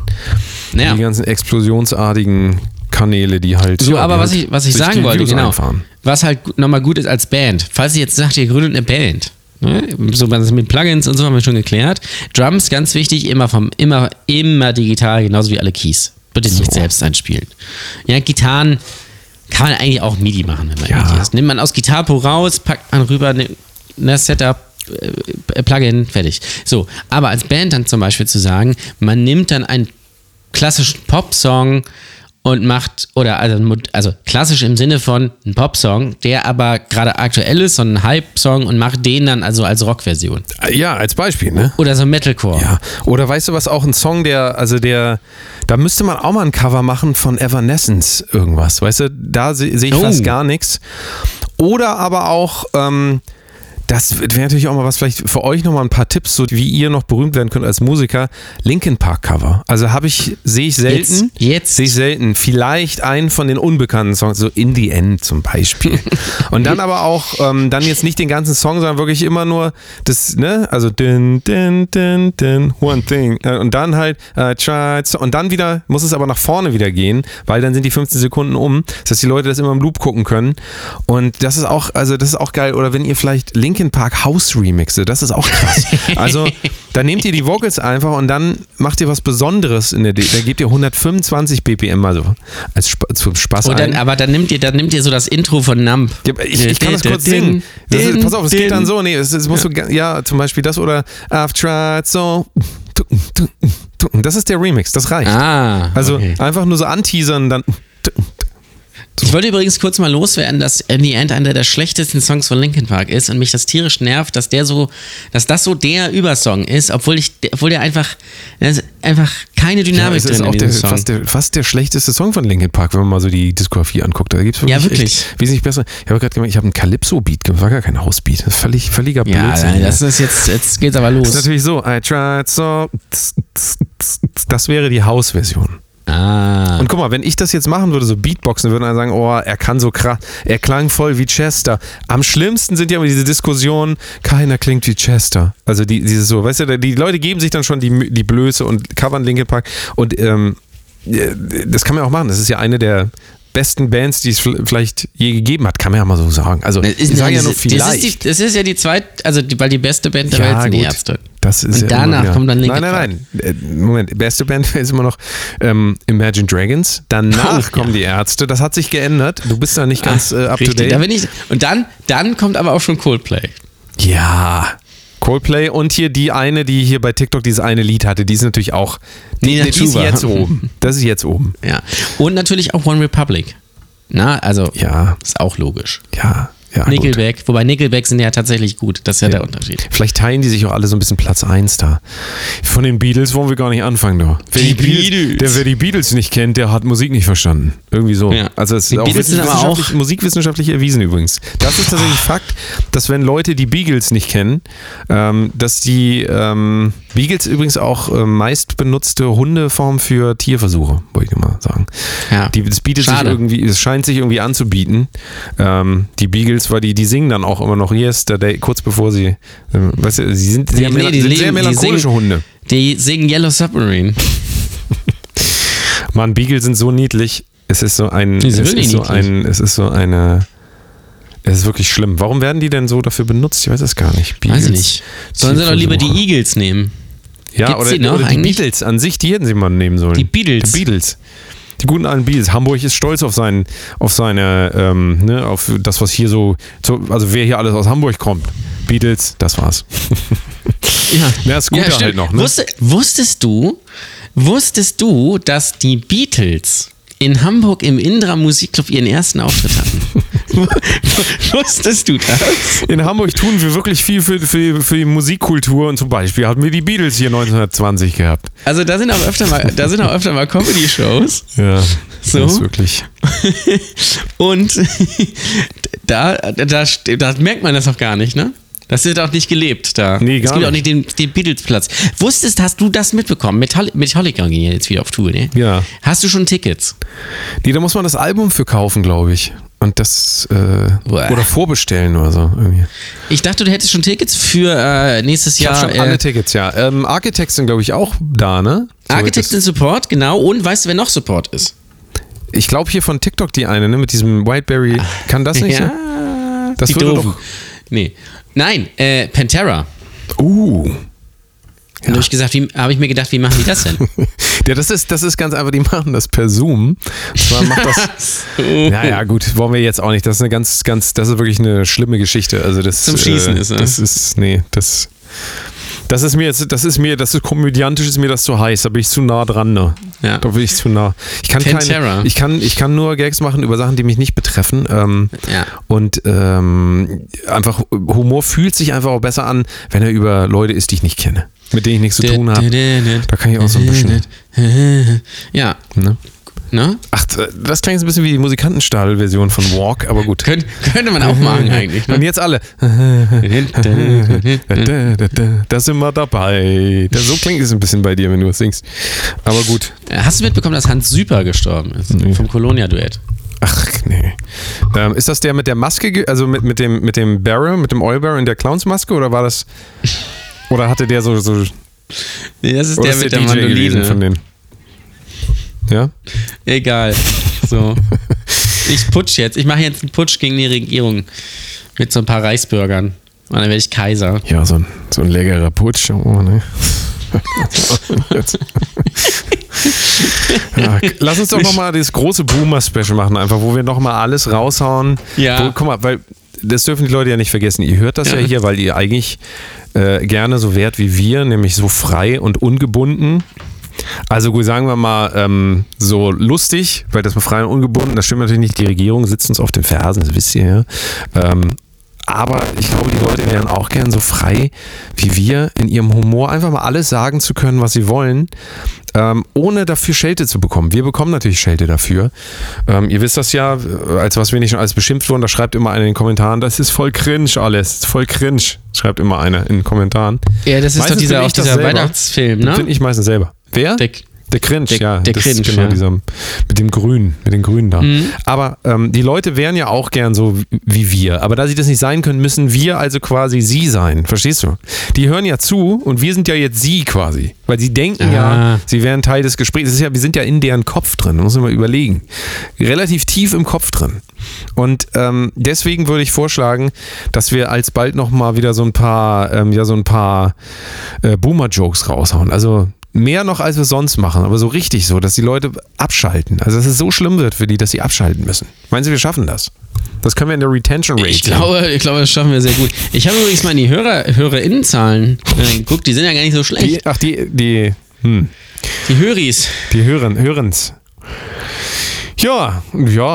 explosionsartigen Kanäle, die halt... So, aber was ich sagen wollte, genau, was halt nochmal gut ist als Band, falls ihr jetzt sagt, ihr gründet eine Band, so mit Plugins und so haben wir schon geklärt. Drums, ganz wichtig, immer digital, genauso wie alle Keys. Bitte nicht selbst einspielen. Ja, Gitarren kann man eigentlich auch MIDI machen, wenn man MIDI ist. Nimmt man aus Guitar Pro raus, packt man rüber, Setup, Plugin, fertig. So, aber als Band dann zum Beispiel zu sagen, man nimmt dann einen klassischen Pop-Song und macht, also klassisch im Sinne von ein Popsong, der aber gerade aktuell ist, so ein Hype-Song und macht den dann also als Rockversion. Ja, als Beispiel, ne? Oder so Metalcore. Ja, oder weißt du was, auch ein Song, da müsste man auch mal ein Cover machen von Evanescence irgendwas, weißt du, da sehe ich fast gar nichts. Oder aber auch, das wäre natürlich auch mal was, vielleicht für euch nochmal ein paar Tipps, so wie ihr noch berühmt werden könnt als Musiker. Linkin Park Cover. Also sehe ich selten. Sehe ich selten. Vielleicht einen von den unbekannten Songs, so In the End zum Beispiel. Und dann aber auch, dann jetzt nicht den ganzen Song, sondern wirklich immer nur das, ne, also din, din, din, din, one thing. Und dann halt, und dann wieder, muss es aber nach vorne wieder gehen, weil dann sind die 15 Sekunden um, dass die Leute das immer im Loop gucken können. Und das ist auch geil. Oder wenn ihr vielleicht Linkin Park House Remixe, das ist auch krass. Also, da nehmt ihr die Vocals einfach und dann macht ihr was Besonderes da gebt ihr 125 BPM, also zum Spaß ein. Aber dann nimmt ihr so das Intro von Numb. Ich kann das kurz singen. Pass auf, es geht dann so, es muss so, ja, zum Beispiel das oder I've tried so. Das ist der Remix, das reicht. Also einfach nur so anteasern, dann. Ich wollte übrigens kurz mal loswerden, dass In the End einer der schlechtesten Songs von Linkin Park ist und mich das tierisch nervt, dass das so der Übersong ist, obwohl der einfach keine Dynamik drin in diesem Song. Fast der schlechteste Song von Linkin Park, wenn man mal so die Diskografie anguckt. Da gibt es wirklich wesentlich besser. Ich habe gerade gemerkt, ich habe einen Calypso-Beat gemacht, war gar kein House-Beat. Das ist völliger Blödsinn. Ja, das ist jetzt geht's aber los. Das ist natürlich so, I tried so, das wäre die House-Version. Und guck mal, wenn ich das jetzt machen würde, so Beatboxen, würden alle sagen, er kann so krass, er klang voll wie Chester. Am schlimmsten sind ja immer diese Diskussionen, keiner klingt wie Chester. Also dieses so, weißt du, die Leute geben sich dann schon die Blöße und covern Linkin Park und das kann man auch machen. Das ist ja eine der besten Bands, die es vielleicht je gegeben hat, kann man ja mal so sagen. Also, ich sage ja nur vielleicht. Das ist ja die zweite, weil die beste Band der Welt sind die Ärzte. Das ist und danach kommt dann Linkin Park. Nein. Moment, beste Band ist immer noch Imagine Dragons. Danach kommen die Ärzte. Das hat sich geändert. Du bist da nicht ganz up to date. Da bin ich, und dann kommt aber auch schon Coldplay. Ja. Coldplay und hier die eine, die hier bei TikTok dieses eine Lied hatte, die ist natürlich auch. Die ist jetzt oben. Das ist jetzt oben. Ja. Und natürlich auch One Republic. Na, also ist auch logisch. Ja. Nickelback, gut. Wobei Nickelback sind ja tatsächlich gut, das ist ja der Unterschied. Vielleicht teilen die sich auch alle so ein bisschen Platz 1 da. Von den Beatles wollen wir gar nicht anfangen da. Wer die Beatles nicht kennt, der hat Musik nicht verstanden. Irgendwie so. Ja. Also es ist auch musikwissenschaftlich erwiesen übrigens. Das ist tatsächlich Fakt, dass wenn Leute die Beagles nicht kennen, dass die Beagles übrigens auch meist benutzte Hundeform für Tierversuche, wollte ich mal sagen. Ja. Das bietet sich irgendwie, es scheint sich irgendwie anzubieten. Die Beagles, weil die singen dann auch immer noch Yesterday, kurz bevor sie, weißt du, sie sind sehr melancholische Hunde. Die singen Yellow Submarine. Mann, Beagle sind so niedlich. Es ist wirklich schlimm. Warum werden die denn so dafür benutzt? Ich weiß es gar nicht. Beagles, weiß ich nicht. Sollen sie doch lieber die Eagles nehmen? Ja, oder die Beatles an sich, die hätten sie mal nehmen sollen. Die Beatles. Die guten alten Beatles. Hamburg ist stolz auf auf das, was hier also wer hier alles aus Hamburg kommt. Beatles, das war's. Ja, Scooter halt noch. Ne? Wusstest du, dass die Beatles in Hamburg im Indra Musikclub ihren ersten Auftritt hatten? Wusstest du das? In Hamburg tun wir wirklich viel für die Musikkultur und zum Beispiel hatten wir die Beatles hier 1920 gehabt. Also da sind auch öfter mal Comedy-Shows. Ja, so. Das ist wirklich. Und da merkt man das auch gar nicht, ne? Das wird auch nicht gelebt da. Nee, gar nicht. Es gibt auch nicht den Beatles-Platz. hast du das mitbekommen? Metallica ging jetzt wieder auf Tour, ne? Ja. Hast du schon Tickets? Nee, da muss man das Album für kaufen, glaube ich. Und das oder vorbestellen oder so. Irgendwie. Ich dachte, du hättest schon Tickets für nächstes Jahr. Ich habe schon alle Tickets, ja. Architects sind, glaube ich, auch da, ne? So Architects sind Support, genau. Und weißt du, wer noch Support ist? Ich glaube hier von TikTok die eine, ne? Mit diesem Whiteberry. Kann das nicht sein? Das die würde doch... Nee. Nein, Pantera. Ja. Habe ich mir gedacht, wie machen die das denn? Ja, das ist ganz einfach, die machen das per Zoom. Zwar macht das. Naja, gut, wollen wir jetzt auch nicht. Das ist das ist wirklich eine schlimme Geschichte. Also das zum Schießen ist, ne? Das ist komödiantisch, ist mir das zu heiß, da bin ich zu nah dran, ne? Ja. Da bin ich zu nah. Ich kann nur Gags machen über Sachen, die mich nicht betreffen. Und einfach, Humor fühlt sich einfach auch besser an, wenn er über Leute ist, die ich nicht kenne. Mit denen ich nichts zu tun habe. Da kann ich auch so ein bisschen. Ja. Ne? Ach, das klingt ein bisschen wie die Musikantenstadel-Version von Walk, aber gut. Könnte man auch machen eigentlich. Ne? Und jetzt alle. Da sind wir dabei. So klingt es ein bisschen bei dir, wenn du es singst. Aber gut. Hast du mitbekommen, dass Hans Süper gestorben ist? Nee. Vom Colonia-Duett. Ach, nee. Ist das der mit der Maske, also mit dem Barrel, mit dem Oil Barrel in der Clownsmaske, oder war das... Oder hatte der so... Nee, das ist der mit der Mandoline. Von denen. Ja? Egal. So. Ich mache jetzt einen Putsch gegen die Regierung. Mit so ein paar Reichsbürgern. Und dann werde ich Kaiser. Ja, so ein leckerer Putsch. Oh, ne? Ja, lass uns doch nochmal das große Boomer-Special machen, einfach, wo wir nochmal alles raushauen. Ja. Guck mal, weil das dürfen die Leute ja nicht vergessen. Ihr hört das ja hier, weil ihr eigentlich gerne so wärt wie wir, nämlich so frei und ungebunden. Also gut, sagen wir mal so lustig, weil das mal frei und ungebunden, das stimmt natürlich nicht, die Regierung sitzt uns auf den Fersen, das wisst ihr ja. Aber ich glaube, die Leute wären auch gern so frei wie wir, in ihrem Humor einfach mal alles sagen zu können, was sie wollen, ohne dafür Schelte zu bekommen. Wir bekommen natürlich Schelte dafür. Ihr wisst das ja, als was wir nicht schon alles beschimpft wurden, da schreibt immer einer in den Kommentaren, das ist voll cringe alles, voll cringe, schreibt immer einer in den Kommentaren. Ja, das ist meistens doch dieser Weihnachtsfilm, ne? Finde ich meistens selber. Wer? Der Cringe, ja. Der das Cringe, ist genau ja. dieser, mit den Grünen da. Aber die Leute wären ja auch gern so wie wir. Aber da sie das nicht sein können, müssen wir also quasi sie sein. Verstehst du? Die hören ja zu und wir sind ja jetzt sie quasi. Weil sie denken ja, sie wären Teil des Gesprächs. Das ist ja, wir sind ja in deren Kopf drin. Da muss man mal überlegen. Relativ tief im Kopf drin. Und deswegen würde ich vorschlagen, dass wir alsbald nochmal wieder so ein paar Boomer-Jokes raushauen. Also mehr noch, als wir sonst machen, aber so richtig so, dass die Leute abschalten. Also dass es so schlimm wird für die, dass sie abschalten müssen. Meinen Sie, wir schaffen das? Das können wir in der Retention Rate. Ich glaube, das schaffen wir sehr gut. Ich habe übrigens mal in die HörerInnenzahlen geguckt, die sind ja gar nicht so schlecht. Die Höris. Die Hörens. Ja.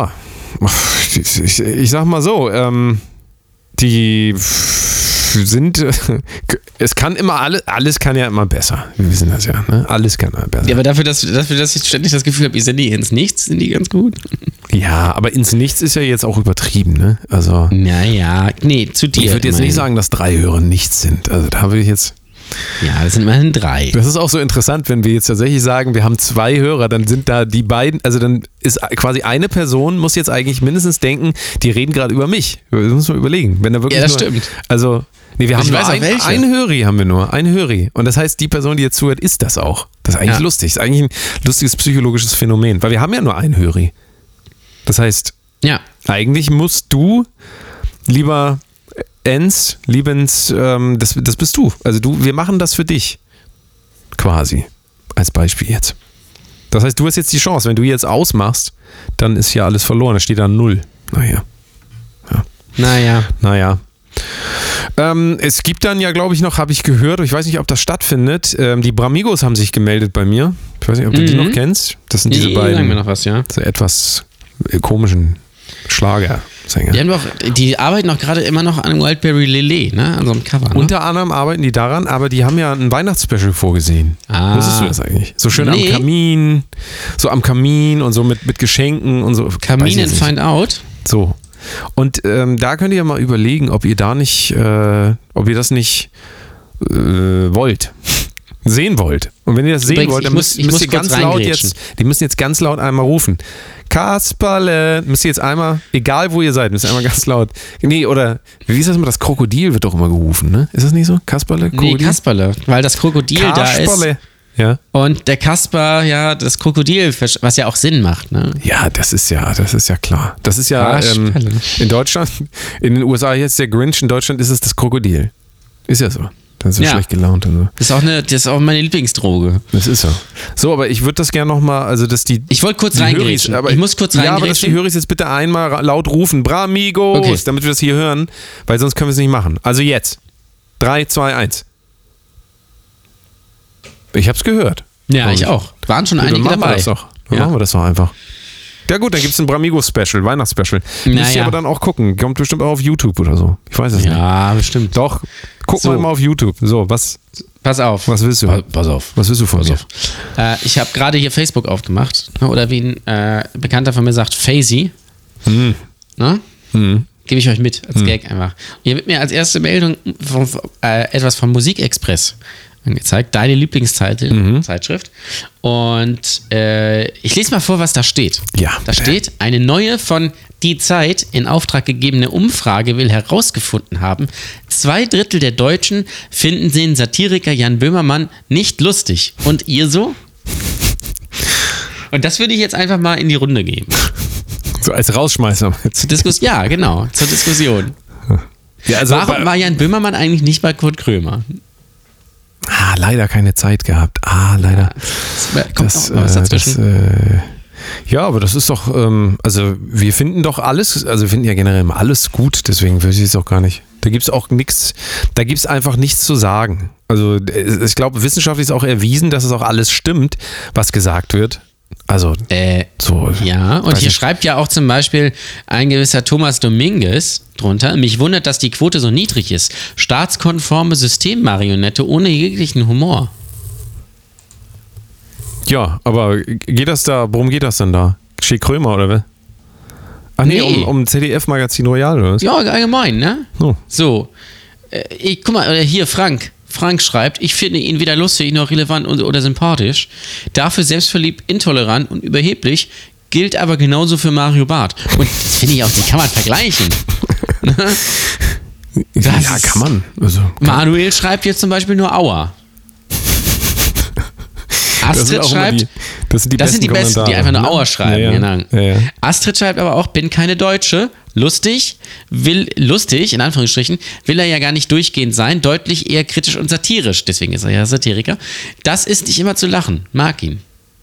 Ich sag mal so, die sind, es kann immer alles kann ja immer besser. Wir wissen das ja, ne? Alles kann immer besser. Ja, aber dafür, dass ich ständig das Gefühl habe, ich sende die ins Nichts, sind die ganz gut. Ja, aber ins Nichts ist ja jetzt auch übertrieben, ne? Also. Naja, nee, zu dir. Ich würde jetzt nicht sagen, dass 3 Hörer nichts sind. Also da würde ich jetzt. Ja, das sind immerhin 3. Das ist auch so interessant, wenn wir jetzt tatsächlich sagen, wir haben 2 Hörer, dann sind da die beiden, also dann ist quasi eine Person, muss jetzt eigentlich mindestens denken, die reden gerade über mich. Das muss man überlegen. Wenn da wirklich ja, das stimmt. Also, nee, wir haben nur welche. ein Höri haben wir nur, ein Höri. Und das heißt, die Person, die jetzt zuhört, ist das auch. Das ist eigentlich lustig. Das ist eigentlich ein lustiges psychologisches Phänomen, weil wir haben ja nur ein Höri. Das heißt, eigentlich musst du, lieber das bist du. Also wir machen das für dich. Quasi. Als Beispiel jetzt. Das heißt, du hast jetzt die Chance. Wenn du jetzt ausmachst, dann ist ja alles verloren. Da steht da 0. Naja. Es gibt dann ja, glaube ich, noch, habe ich gehört, ich weiß nicht, ob das stattfindet, die Bramigos haben sich gemeldet bei mir. Ich weiß nicht, ob du die noch kennst. Das sind diese beiden. Sagen wir noch was, ja. So etwas komischen Schlagersänger. Die arbeiten auch gerade immer noch an Wildberry Lillet, ne? An so einem Cover. Ne? Unter anderem arbeiten die daran, aber die haben ja ein Weihnachtsspecial vorgesehen. Wusstest du das eigentlich? So schön am Kamin, und so mit Geschenken und so. Kamin and Find Out? So. Und da könnt ihr ja mal überlegen, ob ihr das nicht wollt. Sehen wollt. Und wenn ihr das sehen wollt, dann müsst ihr ganz laut die müssen jetzt ganz laut einmal rufen. Kasperle, müsst ihr jetzt einmal, egal wo ihr seid, müsst ihr einmal ganz laut. Nee, oder wie ist das immer? Das Krokodil wird doch immer gerufen, ne? Ist das nicht so? Kasperle? Krokodil? Nee, Kasperle, weil das Krokodil Kasperle. Da ist. Ja. Und der Kasper, ja, das Krokodil, was ja auch Sinn macht, ne? Ja, das ist ja klar. Das ist ja in Deutschland, in den USA jetzt der Grinch, in Deutschland ist es das Krokodil. Ist ja so. Dann ist er schlecht gelaunt und so. Das ist auch meine Lieblingsdroge. Das ist so. So, aber ich würde das gerne nochmal, also dass die. Ich wollte kurz reingrätschen. Ich muss kurz reingrätschen. Ja, aber dass die Höris jetzt bitte einmal laut rufen. Bramigos, damit wir das hier hören, weil sonst können wir es nicht machen. Also jetzt. 3, 2, 1. Ich hab's gehört. Ja, ich auch. Waren schon einige dabei. Dann machen wir das doch einfach. Ja gut, dann gibt es ein Bramigos-Special, Weihnachtsspecial. Müsst ihr aber dann auch gucken. Kommt bestimmt auch auf YouTube oder so. Ich weiß es nicht. Ja, bestimmt. Doch. Gucken wir mal auf YouTube. So, was... Pass auf. Was willst du? Pass auf. Was willst du von mir? Ich habe gerade hier Facebook aufgemacht. Oder wie ein Bekannter von mir sagt, Fazy. Ne? Gebe ich euch mit als Gag einfach. Hier wird mir als erste Meldung etwas vom Musikexpress angezeigt. Deine Lieblingszeitschrift. Und ich lese mal vor, was da steht. Ja. Da steht, eine neue von Die Zeit in Auftrag gegebene Umfrage will herausgefunden haben, 2/3 der Deutschen finden den Satiriker Jan Böhmermann nicht lustig. Und ihr so? Und das würde ich jetzt einfach mal in die Runde geben. So als Rausschmeißer. Ja, genau. Zur Diskussion. Ja, also warum war Jan Böhmermann eigentlich nicht bei Kurt Krömer? Leider keine Zeit gehabt. Leider. Kommt noch was dazwischen. Ja, aber das ist doch, also wir finden doch alles, also wir finden ja generell immer alles gut, deswegen würde ich es auch gar nicht. Da gibt es auch nichts, da gibt es einfach nichts zu sagen. Also ich glaube, wissenschaftlich ist auch erwiesen, dass es auch alles stimmt, was gesagt wird. Also so. Ja, und hier schreibt ja auch zum Beispiel ein gewisser Thomas Dominguez drunter, mich wundert, dass die Quote so niedrig ist. Staatskonforme Systemmarionette ohne jeglichen Humor. Ja, aber worum geht das denn da? Schick Krömer oder was? Ach nee, um ZDF-Magazin Royal oder was? Ja, allgemein, ne? Oh. So. Guck mal, hier Frank Frank schreibt, ich finde ihn weder lustig noch relevant oder sympathisch. Dafür selbstverliebt, intolerant und überheblich, gilt aber genauso für Mario Barth. Und das finde ich auch, die kann man vergleichen. Ja, kann man. Also, Manuel schreibt jetzt zum Beispiel nur Aua. Astrid schreibt, das sind die Besten, die einfach nur Aua schreiben. Ja. Genau. Ja. Astrid schreibt aber auch, bin keine Deutsche. Lustig, in Anführungsstrichen, will er ja gar nicht durchgehend sein, deutlich eher kritisch und satirisch. Deswegen ist er ja Satiriker. Das ist nicht immer zu lachen. Mag ihn.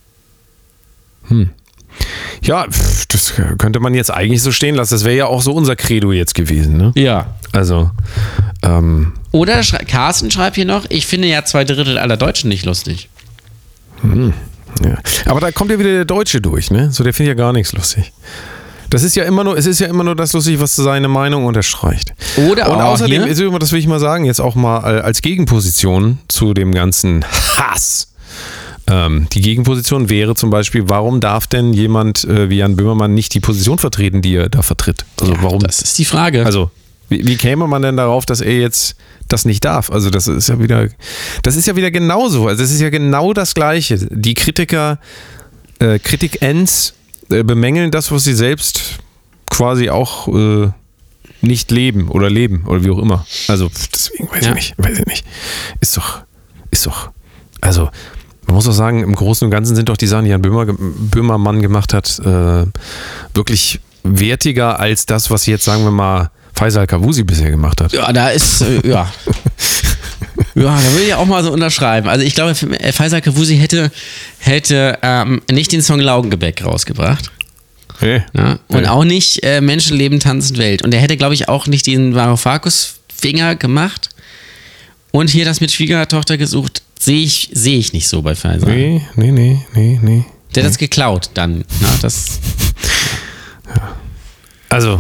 Ja, das könnte man jetzt eigentlich so stehen lassen. Das wäre ja auch so unser Credo jetzt gewesen, ne? Ja. Also, Oder Carsten schreibt hier noch, ich finde ja 2/3 aller Deutschen nicht lustig. ja. Aber da kommt ja wieder der Deutsche durch, ne? So, der findet ja gar nichts lustig. Es ist ja immer nur das lustig, was seine Meinung unterstreicht. Oder und auch außerdem, hier, das will ich mal sagen, jetzt auch mal als Gegenposition zu dem ganzen Hass. Die Gegenposition wäre zum Beispiel, warum darf denn jemand wie Jan Böhmermann nicht die Position vertreten, die er da vertritt? Also warum? Das ist die Frage. Also wie käme man denn darauf, dass er jetzt das nicht darf? Also das ist ja wieder genauso. Also es ist ja genau das Gleiche. Die Kritik-Ends bemängeln das, was sie selbst quasi auch nicht leben oder wie auch immer. Also deswegen weiß ich nicht. Ist doch, also man muss doch sagen, im Großen und Ganzen sind doch die Sachen, die Jan Böhmermann gemacht hat, wirklich wertiger als das, was jetzt, sagen wir mal, Faisal Kavusi bisher gemacht hat. Ja, da ist, ja, da will ich auch mal so unterschreiben. Also ich glaube, Faisal Kavusi hätte nicht den Song Laugengebäck rausgebracht. Hey. Ja, und auch nicht Menschenleben, Tanzen, Welt. Und er hätte, glaube ich, auch nicht diesen Varoufakis-Finger gemacht. Und hier das mit Schwiegertochter gesucht, sehe ich nicht so bei Faisal. Nee. Der hat das geklaut dann. Na, das. Ja. Also,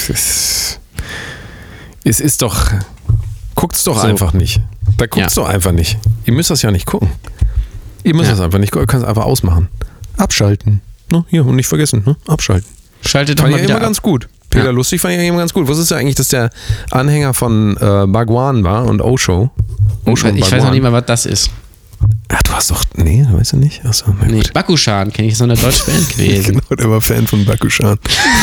es ist doch. Guckt's doch einfach nicht. Da guckt's doch einfach nicht. Ihr müsst das ja nicht gucken. Ihr müsst das einfach nicht gucken. Ihr könnt es einfach ausmachen. Abschalten. Ne? Hier, und nicht vergessen, ne? Abschalten. Schaltet doch fand mal ich wieder immer ganz gut. Peter Lustig fand ich immer ganz gut. Wusstest du eigentlich, dass der Anhänger von Bhagwan war und Osho? Ich weiß noch nicht mal, was das ist. Ach, du hast doch... Nee, weißt du nicht? Achso, na gut. Bakushan kenne ich, so eine deutsche Band gewesen. Genau, der war Fan von Bakushan.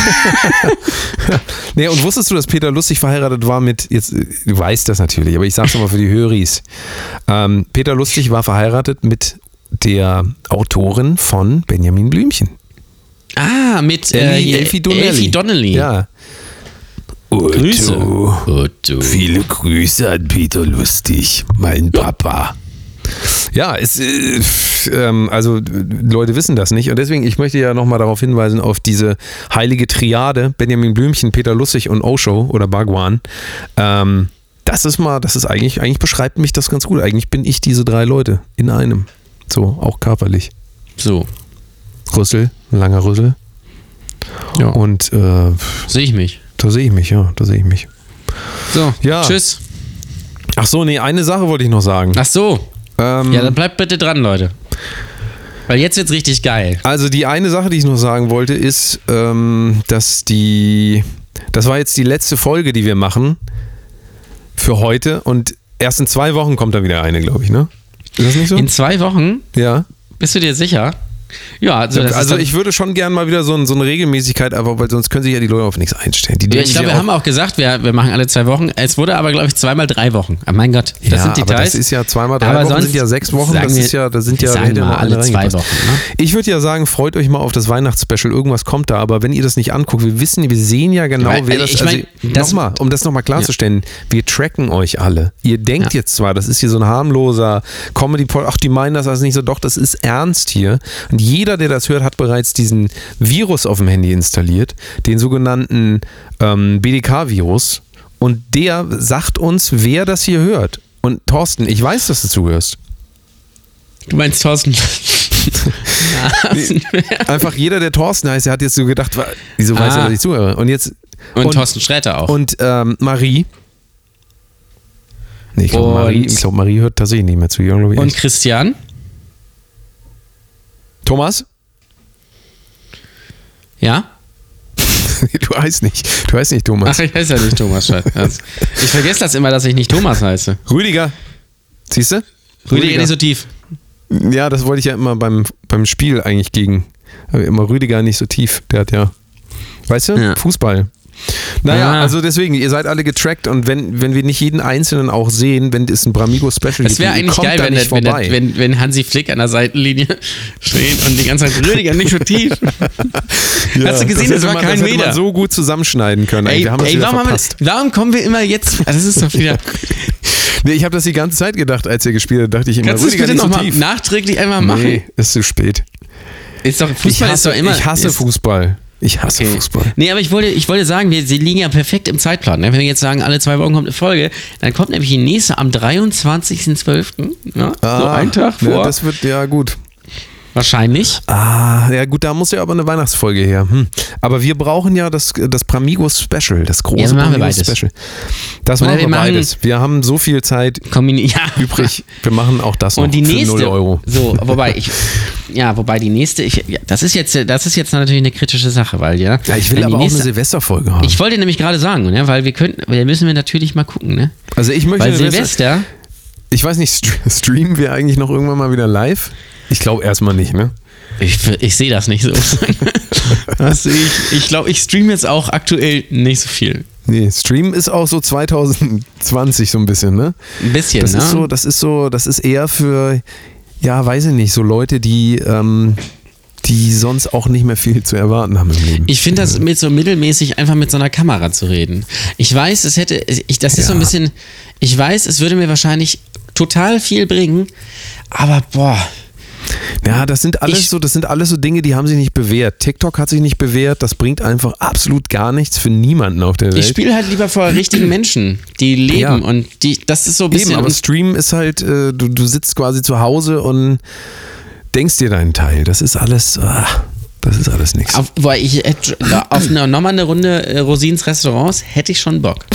Nee, und wusstest du, dass Peter Lustig verheiratet war mit... Jetzt, du weißt das natürlich, aber ich sag's nochmal für die Höris. Peter Lustig war verheiratet mit der Autorin von Benjamin Blümchen. Ah, mit Elfie Donnelly. Ja. Grüße. Otto. Viele Grüße an Peter Lustig, mein Papa. Ja, also Leute wissen das nicht und deswegen, ich möchte ja nochmal darauf hinweisen, auf diese heilige Triade, Benjamin Blümchen, Peter Lustig und Osho oder Bhagwan. Das ist eigentlich beschreibt mich das ganz gut. Eigentlich bin ich diese 3 Leute in einem. So, auch körperlich. So. Rüssel, ein langer Rüssel. Ja. Und sehe ich mich. Da sehe ich mich. So, ja. Tschüss. Ach so, nee, eine Sache wollte ich noch sagen. Ach so. Ja, dann bleibt bitte dran, Leute. Weil jetzt wird's richtig geil. Also die eine Sache, die ich noch sagen wollte, ist, dass das war jetzt die letzte Folge, die wir machen für heute und erst in 2 Wochen kommt da wieder eine, glaube ich, ne? Ist das nicht so? In 2 Wochen? Ja. Bist du dir sicher? Ja, also ich würde schon gern mal wieder so eine Regelmäßigkeit, aber weil sonst können sich ja die Leute auf nichts einstellen. Ich glaube, wir haben auch gesagt, wir machen alle 2 Wochen. Es wurde aber, glaube ich, 2x3 Wochen. Oh mein Gott, das sind Details. Aber das ist ja 2x3 Wochen, sind ja 6 Wochen. Da sind ja alle 2 Wochen. Ne? Ich würde ja sagen, freut euch mal auf das Weihnachtsspecial. Irgendwas kommt da, aber wenn ihr das nicht anguckt, wir sehen ja genau, wer das ist. Nochmal, um das nochmal klarzustellen, wir tracken euch alle. Ihr denkt jetzt zwar, das ist hier so ein harmloser Comedy-Pod, ach, die meinen das also nicht so, doch, das ist ernst hier. Und jeder, der das hört, hat bereits diesen Virus auf dem Handy installiert, den sogenannten BDK-Virus. Und der sagt uns, wer das hier hört. Und Thorsten, ich weiß, dass du zuhörst. Du meinst Thorsten? Einfach jeder, der Thorsten heißt, der hat jetzt so gedacht, wieso weiß er, dass ich zuhöre? Und Thorsten Sträter auch. Und Marie. Nee, ich glaube, Marie hört tatsächlich nicht mehr zu. Und Christian? Thomas? Ja? Du heißt nicht Thomas. Ach, ich heiße ja nicht Thomas. Ich vergesse das immer, dass ich nicht Thomas heiße. Rüdiger? Siehst du? Rüdiger nicht so tief. Ja, das wollte ich ja immer beim Spiel eigentlich gegen. Aber immer Rüdiger nicht so tief. Der hat ja, weißt du, Fußball. Naja, also deswegen, ihr seid alle getrackt und wenn wir nicht jeden Einzelnen auch sehen, wenn es ein Bramigo-Special gibt, das wäre eigentlich geil, wenn Hansi Flick an der Seitenlinie steht und die ganze Zeit Rüdiger nicht so tief. Ja, hast du gesehen, das war kein Meter. Das hätte man so gut zusammenschneiden können. Ey, wir haben das wieder verpasst. Warum kommen wir immer jetzt? Das ist doch wieder... Nee, ich habe das die ganze Zeit gedacht, als ihr gespielt habt, dachte ich immer, kannst Rüdiger nicht so tief. Nachträglich einmal machen? Nee, ist zu spät. Fußball ist doch immer... Ich hasse Fußball. Ich hasse Fußball. Nee, aber ich wollte sagen, sie liegen ja perfekt im Zeitplan. Ne? Wenn wir jetzt sagen, alle 2 Wochen kommt eine Folge, dann kommt nämlich die nächste am 23.12. Ja? So ein Tag vor. Ja, das wird ja gut. Wahrscheinlich. Ja gut, da muss ja aber eine Weihnachtsfolge her. Aber wir brauchen ja das Bramigo Special, das große Bramigo Special. Das machen wir beides. Wir haben so viel Zeit übrig. Wir machen auch das noch und die nächste, für 0 Euro. So, wobei die nächste, das ist jetzt natürlich eine kritische Sache, weil ich will aber auch eine Silvesterfolge haben. Ich wollte nämlich gerade sagen, ne, weil müssen wir natürlich mal gucken, ne? Also ich möchte weil Silvester. Ich weiß nicht, streamen wir eigentlich noch irgendwann mal wieder live? Ich glaube erstmal nicht, ne? Ich sehe das nicht so. Ich glaube, ich streame jetzt auch aktuell nicht so viel. Nee, Stream ist auch so 2020 so ein bisschen, ne? Ein bisschen, das ist eher für, ja, weiß ich nicht, so Leute, die sonst auch nicht mehr viel zu erwarten haben im Leben. Ich finde das mit so mittelmäßig einfach mit so einer Kamera zu reden. Ich weiß, ist so ein bisschen, ich weiß, es würde mir wahrscheinlich total viel bringen, aber boah. Ja, das sind alles so Dinge, die haben sich nicht bewährt. TikTok hat sich nicht bewährt, das bringt einfach absolut gar nichts für niemanden auf der Welt. Ich spiele halt lieber vor richtigen Menschen, die leben und das ist so ein bisschen... Eben, aber Stream ist halt, du sitzt quasi zu Hause und denkst dir deinen Teil. Das ist alles nichts. Auf nochmal eine Runde Rosins Restaurants hätte ich schon Bock.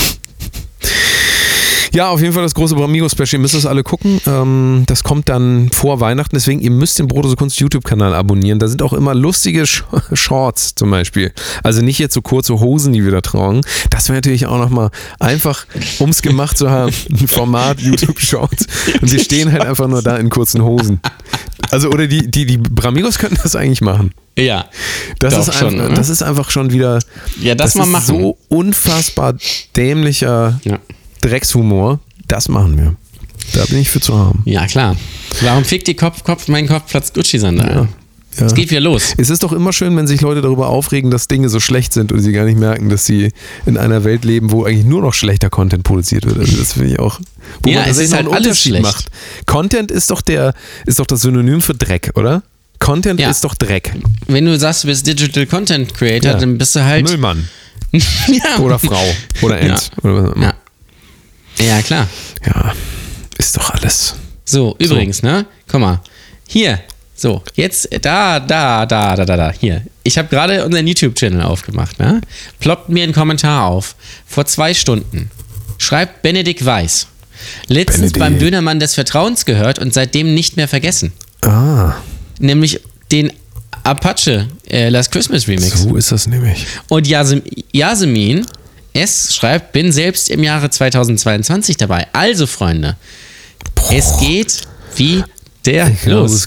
Ja, auf jeden Fall das große Bramigo-Special. Ihr müsst das alle gucken. Das kommt dann vor Weihnachten. Deswegen, ihr müsst den Brotlose Kunst YouTube-Kanal abonnieren. Da sind auch immer lustige Shorts zum Beispiel. Also nicht jetzt so kurze Hosen, die wir da tragen. Das wäre natürlich auch nochmal einfach, um es gemacht zu haben, ein Format YouTube-Shorts. Und wir stehen halt einfach nur da in kurzen Hosen. Also, oder die Bramigos könnten das eigentlich machen. Ja. Das ist einfach schon wieder. Ja, das mal machen. So unfassbar dämlicher. Ja. Dreckshumor, das machen wir. Da bin ich für zu haben. Ja, klar. Warum fickt die Kopf, mein Kopf platzt Gucci-Sandalen? Ja. Es geht wieder los. Es ist doch immer schön, wenn sich Leute darüber aufregen, dass Dinge so schlecht sind und sie gar nicht merken, dass sie in einer Welt leben, wo eigentlich nur noch schlechter Content produziert wird. Also das finde ich auch, wo man es ist halt alles schlecht. Macht. Content ist doch das Synonym für Dreck, oder? Content ist doch Dreck. Wenn du sagst, du bist Digital Content Creator, dann bist du halt... Müllmann. Oder Frau. Oder Ent. Oder was auch immer. Ja, klar. Ja, ist doch alles. So, übrigens, ne? Guck mal. Hier. So, jetzt da. Hier. Ich habe gerade unseren YouTube-Channel aufgemacht, ne? Ploppt mir einen Kommentar auf. Vor 2 Stunden. Schreibt Benedikt Weiß. Letztens beim Dönermann des Vertrauens gehört und seitdem nicht mehr vergessen. Nämlich den Apache Last Christmas Remix. So ist das nämlich. Und Yasemin S. schreibt, bin selbst im Jahre 2022 dabei. Also, Freunde, es geht wieder los.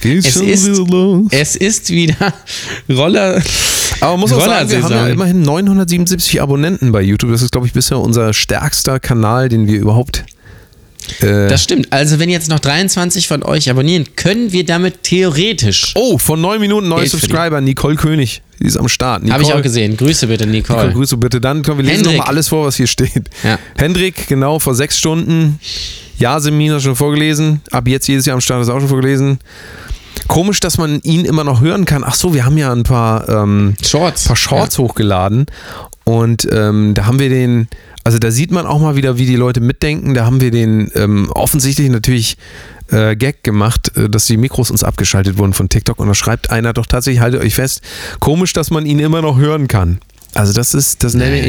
Es ist wieder Roller. Aber man muss auch sagen, wir haben ja immerhin 977 Abonnenten bei YouTube. Das ist, glaube ich, bisher unser stärkster Kanal, den wir überhaupt... Das stimmt. Also wenn jetzt noch 23 von euch abonnieren, können wir damit theoretisch... Oh, von 9 Minuten neue Subscriber. Nicole König, die ist am Start. Habe ich auch gesehen. Grüße bitte, Nicole. Grüße bitte. Dann können wir lesen nochmal alles vor, was hier steht. Ja. Hendrik, genau, vor 6 Stunden. Yasemin hat schon vorgelesen. Ab jetzt jedes Jahr am Start ist auch schon vorgelesen. Komisch, dass man ihn immer noch hören kann. Ach so, wir haben ja ein paar Shorts hochgeladen. Und da haben wir den... Also da sieht man auch mal wieder, wie die Leute mitdenken. Da haben wir den offensichtlich natürlich Gag gemacht, dass die Mikros uns abgeschaltet wurden von TikTok. Und da schreibt einer doch tatsächlich, haltet euch fest, komisch, dass man ihn immer noch hören kann. Also das nenne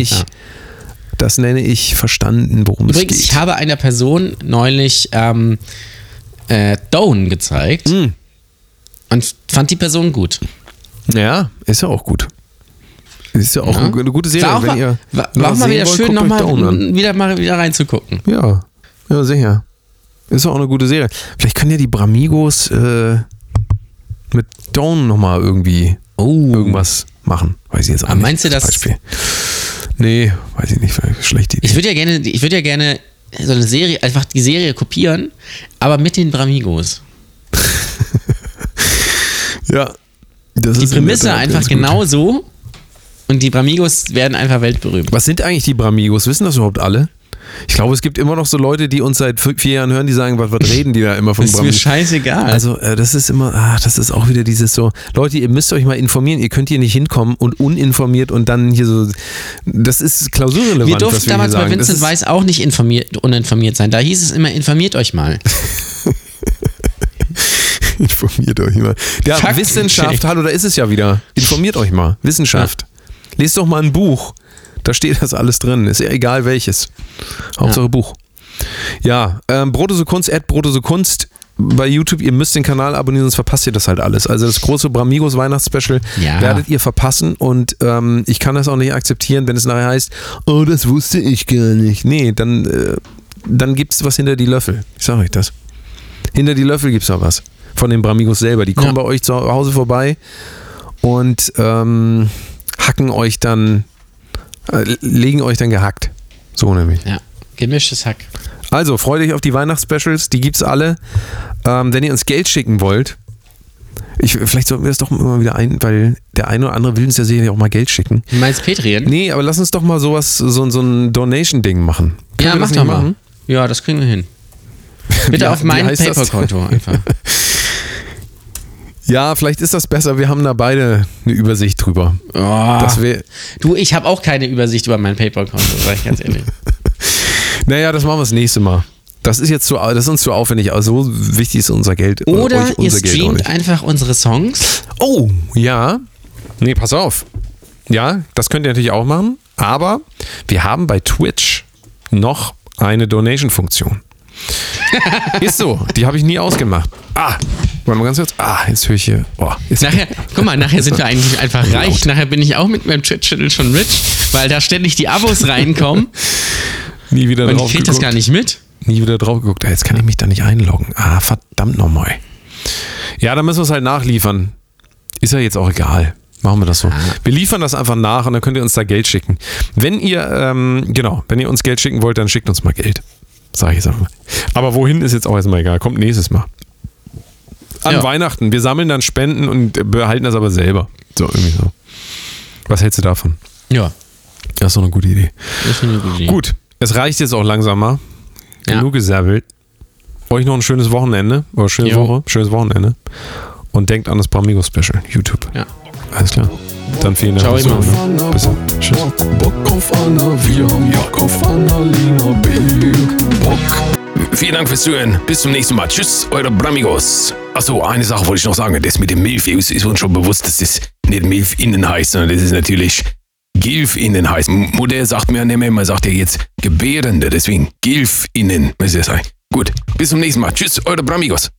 ich verstanden, worum es geht. Übrigens, ich habe einer Person neulich Dawn gezeigt und fand die Person gut. Ja, ist ja auch gut. Ist ja auch eine gute Serie. War auch mal wieder schön, nochmal wieder reinzugucken. Ja, sicher. Ist auch eine gute Serie. Vielleicht können ja die Bramigos mit Dawn nochmal irgendwie irgendwas machen. Weiß ich jetzt auch nicht. Meinst du das? Beispiel. Nee, weiß ich nicht. Schlechte Idee. Ich würde ja gerne so eine Serie, einfach die Serie kopieren, aber mit den Bramigos. Ja. Das Die ist Prämisse einfach genauso und die Bramigos werden einfach weltberühmt. Was sind eigentlich die Bramigos? Wissen das überhaupt alle? Ich glaube, es gibt immer noch so Leute, die uns seit 4 Jahren hören, die sagen, was reden die da immer von Bramigos? Ist mir scheißegal. Also das ist immer, das ist auch wieder dieses so, Leute, ihr müsst euch mal informieren, ihr könnt hier nicht hinkommen und uninformiert und dann hier so, das ist klausurrelevant. Wir durften damals bei Vincent Weiss auch nicht uninformiert sein. Da hieß es immer, informiert euch mal. Informiert euch mal. Ja, Fakten Wissenschaft, check. hallo, da ist es ja wieder. Informiert euch mal. Wissenschaft. Ja. Lest doch mal ein Buch. Da steht das alles drin. Ist ja egal welches. Hauptsache Buch. Ja, Brotosekunst, @Brotosekunst bei YouTube. Ihr müsst den Kanal abonnieren, sonst verpasst ihr das halt alles. Also das große Bramigos Weihnachtsspecial werdet ihr verpassen und ich kann das auch nicht akzeptieren, wenn es nachher heißt, oh, das wusste ich gar nicht. Nee, dann gibt es was hinter die Löffel. Ich sage euch das. Hinter die Löffel gibt es auch was. Von den Bramigos selber. Die kommen bei euch zu Hause vorbei und hacken euch dann, legen euch dann gehackt. So nämlich. Ja, gemischtes Hack. Also, freut euch auf die Weihnachtsspecials, die gibt's alle. Wenn ihr uns Geld schicken wollt, vielleicht sollten wir das doch immer wieder weil der eine oder andere will uns ja sicherlich auch mal Geld schicken. Du meinst Patreon? Nee, aber lass uns doch mal so ein Donation-Ding machen. Ja, mach doch mal. Ja, das kriegen wir hin. Bitte auf mein PayPal-Konto einfach. Ja, vielleicht ist das besser. Wir haben da beide eine Übersicht drüber. Du, ich habe auch keine Übersicht über mein PayPal-Konto, sag ich ganz ehrlich. Naja, das machen wir das nächste Mal. Das ist uns zu aufwendig. Also so wichtig ist unser Geld. Oder ihr streamt einfach unsere Songs. Oh, ja. Nee, pass auf. Ja, das könnt ihr natürlich auch machen. Aber wir haben bei Twitch noch eine Donation-Funktion. Ist so, die habe ich nie ausgemacht. Warte mal ganz kurz. Jetzt höre ich hier. Nachher sind wir eigentlich einfach reich. Nachher bin ich auch mit meinem Twitch-Channel schon rich, weil da ständig die Abos reinkommen. Nie wieder drauf und ich kriege das gar nicht mit. Nie wieder drauf geguckt. Jetzt kann ich mich da nicht einloggen. Verdammt nochmal. Ja, dann müssen wir es halt nachliefern. Ist ja jetzt auch egal. Machen wir das so. Wir liefern das einfach nach und dann könnt ihr uns da Geld schicken. Wenn ihr, wenn ihr uns Geld schicken wollt, dann schickt uns mal Geld. Sag ich jetzt einfach mal. Aber wohin ist jetzt auch erstmal egal. Kommt nächstes Mal. An Weihnachten. Wir sammeln dann Spenden und behalten das aber selber. So, irgendwie so. Was hältst du davon? Ja. Das ist doch eine gute Idee. Das ist eine gute Idee. Gut. Es reicht jetzt auch langsam mal. Genug gesammelt. Euch noch ein schönes Wochenende. Oder schöne Woche. Schönes Wochenende. Und denkt an das Bramigos Special. YouTube. Ja. Alles klar. Dann vielen Dank. Ciao, Bis dann. Tschüss. Vielen Dank fürs Zuhören. Bis zum nächsten Mal. Tschüss, eure Bramigos. Achso, eine Sache wollte ich noch sagen. Das mit dem Milf ist uns schon bewusst, dass das nicht Milf innen heißt, sondern das ist natürlich Gilf innen heißt. Mutter sagt mir nicht mehr, man sagt ja jetzt Gebärende, deswegen Gilf innen. Gut, bis zum nächsten Mal. Tschüss, eure Bramigos.